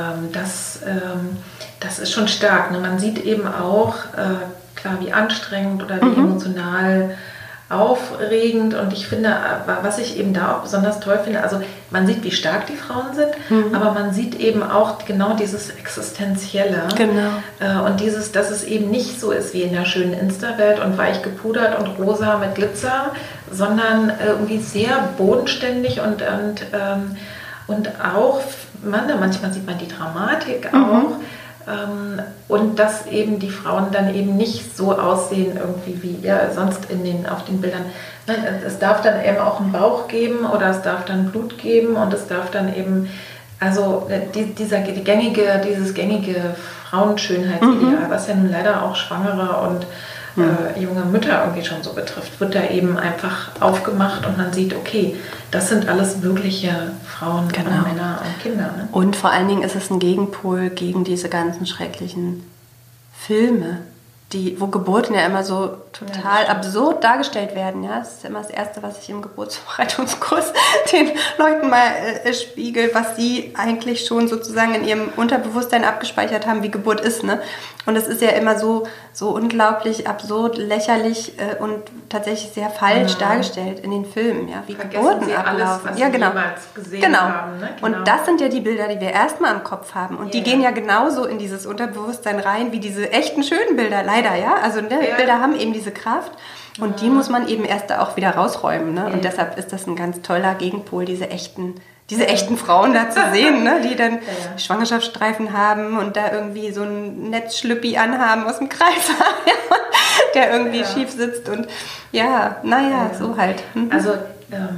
das ist schon stark. Ne? Man sieht eben auch, klar, wie anstrengend oder wie emotional aufregend. Und ich finde, was ich eben da auch besonders toll finde, also man sieht, wie stark die Frauen sind, aber man sieht eben auch genau dieses Existenzielle. Genau. Und dass es eben nicht so ist wie in der schönen Insta-Welt und weich gepudert und rosa mit Glitzer, sondern irgendwie sehr bodenständig und auch, manchmal sieht man die Dramatik auch. Und dass eben die Frauen dann eben nicht so aussehen irgendwie wie sonst auf den Bildern. Nein, es darf dann eben auch einen Bauch geben oder es darf dann Blut geben und es darf dann eben, also dieses gängige Frauenschönheitsideal, was ja nun leider auch Schwangere und junge Mütter irgendwie schon so betrifft, wird da eben einfach aufgemacht und man sieht, okay, das sind alles wirkliche Frauen und Männer und Kinder. Ne? Und vor allen Dingen ist es ein Gegenpol gegen diese ganzen schrecklichen Filme, wo Geburten ja immer so total absurd dargestellt werden. Ja? Das ist immer das Erste, was ich im Geburtsvorbereitungskurs den Leuten mal spiegel, was sie eigentlich schon sozusagen in ihrem Unterbewusstsein abgespeichert haben, wie Geburt ist. Ne? Und es ist ja immer so unglaublich absurd, lächerlich und tatsächlich sehr falsch dargestellt in den Filmen, ja? Wie Vergessen Geburten ablaufen. Alles, was sie jemals gesehen haben. Ne? Und das sind ja die Bilder, die wir erstmal im Kopf haben. Und die gehen ja genauso in dieses Unterbewusstsein rein, wie diese echten schönen Bilder, leider, ja. Also Bilder haben eben diese Kraft und die muss man eben erst da auch wieder rausräumen. Ne? Und deshalb ist das ein ganz toller Gegenpol, diese echten Frauen da zu sehen, ne? Die dann Schwangerschaftsstreifen haben und da irgendwie so ein Netzschlüppi anhaben aus dem Kreis, der irgendwie schief sitzt und so halt. Also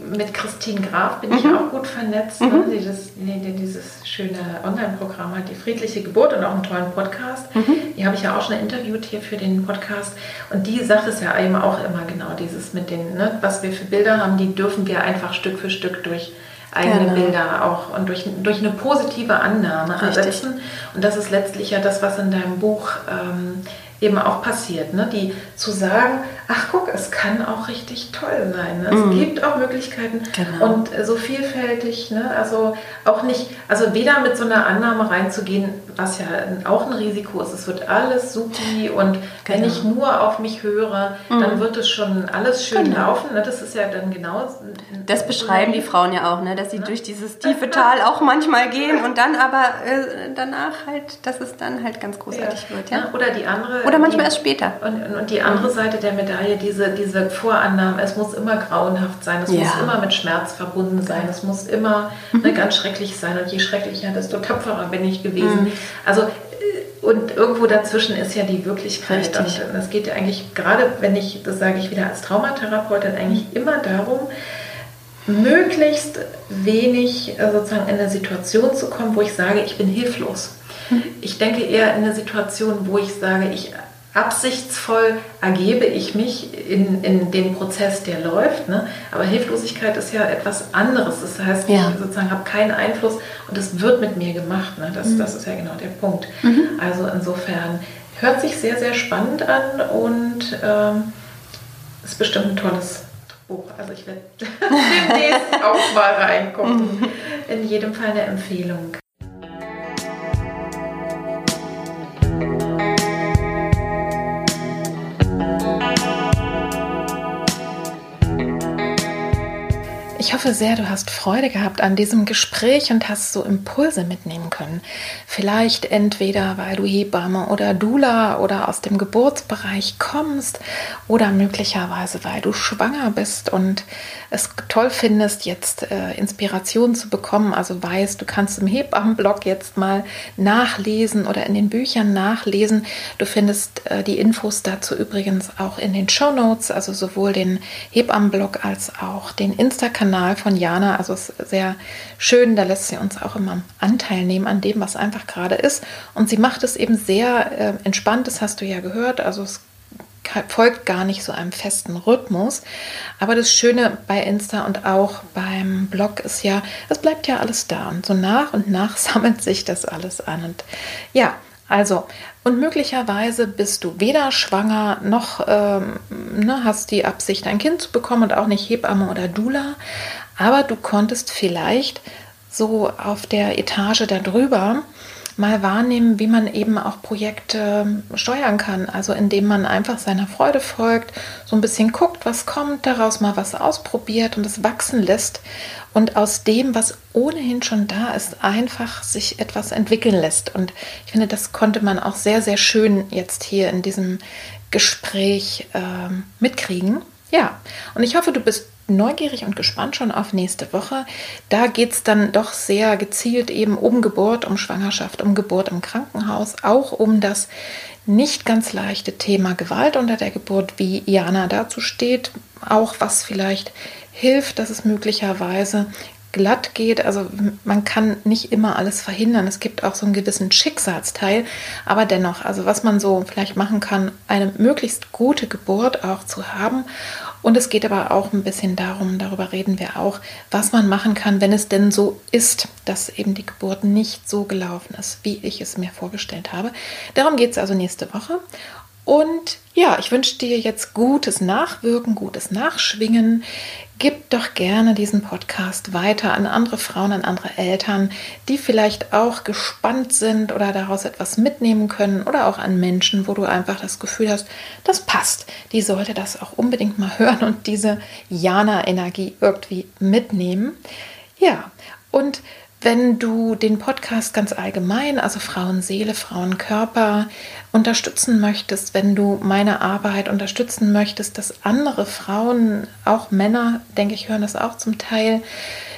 mit Christine Graf bin ich auch gut vernetzt, ne? Dieses schöne Online-Programm hat, die friedliche Geburt, und auch einen tollen Podcast. Die habe ich ja auch schon interviewt hier für den Podcast. Und die sagt es ja eben auch immer genau, dieses mit den, ne, was wir für Bilder haben, die dürfen wir einfach Stück für Stück durch eigene Bilder auch und durch eine positive Annahme ersetzen. Und das ist letztlich ja das, was in deinem Buch eben auch passiert, ne? Die zu sagen, ach guck, es kann auch richtig toll sein, ne? Es gibt auch Möglichkeiten und so vielfältig, ne? Also auch nicht, also weder mit so einer Annahme reinzugehen, was ja auch ein Risiko ist, es wird alles supi und wenn ich nur auf mich höre, dann wird es schon alles schön laufen, ne? Das ist ja dann genau... Das beschreiben die Frauen ja auch, ne? Dass sie durch dieses tiefe Tal auch manchmal gehen und dann aber danach halt, dass es dann halt ganz großartig wird. Ja? Oder die andere... Oder manchmal erst später. Und die andere Seite der Medaille, diese Vorannahmen, es muss immer grauenhaft sein, es muss immer mit Schmerz verbunden sein, es muss immer ganz schrecklich sein und je schrecklicher, desto tapferer bin ich gewesen. Also, und irgendwo dazwischen ist ja die Wirklichkeit. Richtig. Und es geht ja eigentlich, gerade wenn ich, das sage ich wieder als Traumatherapeutin, eigentlich immer darum, möglichst wenig sozusagen in eine Situation zu kommen, wo ich sage, ich bin hilflos. Ich denke eher in eine Situation, wo ich sage, absichtsvoll ergebe ich mich in den Prozess, der läuft. Ne? Aber Hilflosigkeit ist ja etwas anderes. Das heißt, ich sozusagen habe keinen Einfluss und es wird mit mir gemacht. Ne? Das ist ja genau der Punkt. Also insofern hört sich sehr, sehr spannend an und ist bestimmt ein tolles Buch. Also ich werde demnächst auch mal reingucken. In jedem Fall eine Empfehlung. Ich hoffe sehr, du hast Freude gehabt an diesem Gespräch und hast so Impulse mitnehmen können. Vielleicht entweder, weil du Hebamme oder Doula oder aus dem Geburtsbereich kommst oder möglicherweise, weil du schwanger bist und es toll findest, jetzt Inspiration zu bekommen. Also weißt, du kannst im Hebammenblog jetzt mal nachlesen oder in den Büchern nachlesen. Du findest die Infos dazu übrigens auch in den Shownotes, also sowohl den Hebammenblog als auch den Insta-Kanal von Jana. Also es ist sehr schön, da lässt sie uns auch immer Anteil nehmen an dem, was einfach gerade ist. Und sie macht es eben sehr entspannt, das hast du ja gehört. Also es folgt gar nicht so einem festen Rhythmus. Aber das Schöne bei Insta und auch beim Blog ist ja, es bleibt ja alles da. Und so nach und nach sammelt sich das alles an. Und ja, also, und möglicherweise bist du weder schwanger noch hast die Absicht, ein Kind zu bekommen und auch nicht Hebamme oder Doula, aber du konntest vielleicht so auf der Etage darüber mal wahrnehmen, wie man eben auch Projekte steuern kann. Also indem man einfach seiner Freude folgt, so ein bisschen guckt, was kommt, daraus mal was ausprobiert und es wachsen lässt und aus dem, was ohnehin schon da ist, einfach sich etwas entwickeln lässt. Und ich finde, das konnte man auch sehr, sehr schön jetzt hier in diesem Gespräch mitkriegen. Ja, und ich hoffe, du bist neugierig und gespannt schon auf nächste Woche. Da geht es dann doch sehr gezielt eben um Geburt, um Schwangerschaft, um Geburt im Krankenhaus, auch um das nicht ganz leichte Thema Gewalt unter der Geburt, wie Jana dazu steht, auch was vielleicht hilft, dass es möglicherweise glatt geht. Also man kann nicht immer alles verhindern. Es gibt auch so einen gewissen Schicksalsteil, aber dennoch, also was man so vielleicht machen kann, eine möglichst gute Geburt auch zu haben. Und es geht aber auch ein bisschen darum, darüber reden wir auch, was man machen kann, wenn es denn so ist, dass eben die Geburt nicht so gelaufen ist, wie ich es mir vorgestellt habe. Darum geht es also nächste Woche. Und ja, ich wünsche dir jetzt gutes Nachwirken, gutes Nachschwingen. Gib doch gerne diesen Podcast weiter an andere Frauen, an andere Eltern, die vielleicht auch gespannt sind oder daraus etwas mitnehmen können oder auch an Menschen, wo du einfach das Gefühl hast, das passt. Die sollte das auch unbedingt mal hören und diese Jana-Energie irgendwie mitnehmen. Ja, und wenn du den Podcast ganz allgemein, also Frauenseele, Frauenkörper, unterstützen möchtest, wenn du meine Arbeit unterstützen möchtest, dass andere Frauen, auch Männer, denke ich, hören das auch zum Teil,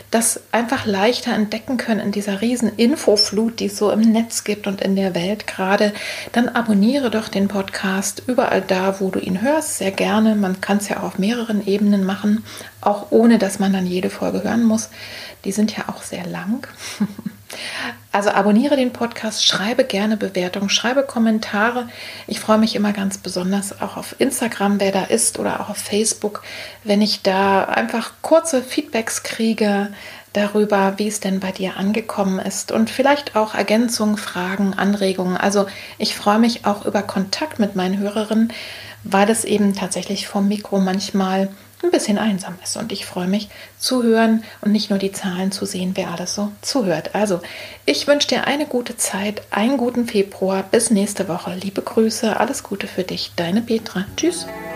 das einfach leichter entdecken können in dieser riesen Infoflut, die es so im Netz gibt und in der Welt gerade, dann abonniere doch den Podcast überall da, wo du ihn hörst, sehr gerne. Man kann es ja auch auf mehreren Ebenen machen, auch ohne, dass man dann jede Folge hören muss. Die sind ja auch sehr lang. Also abonniere den Podcast, schreibe gerne Bewertungen, schreibe Kommentare. Ich freue mich immer ganz besonders auch auf Instagram, wer da ist, oder auch auf Facebook, wenn ich da einfach kurze Feedbacks kriege darüber, wie es denn bei dir angekommen ist und vielleicht auch Ergänzungen, Fragen, Anregungen. Also ich freue mich auch über Kontakt mit meinen Hörerinnen, weil es eben tatsächlich vom Mikro manchmal ein bisschen einsam ist. Und ich freue mich zu hören und nicht nur die Zahlen zu sehen, wer alles so zuhört. Also, ich wünsche dir eine gute Zeit, einen guten Februar. Bis nächste Woche. Liebe Grüße, alles Gute für dich. Deine Petra. Tschüss.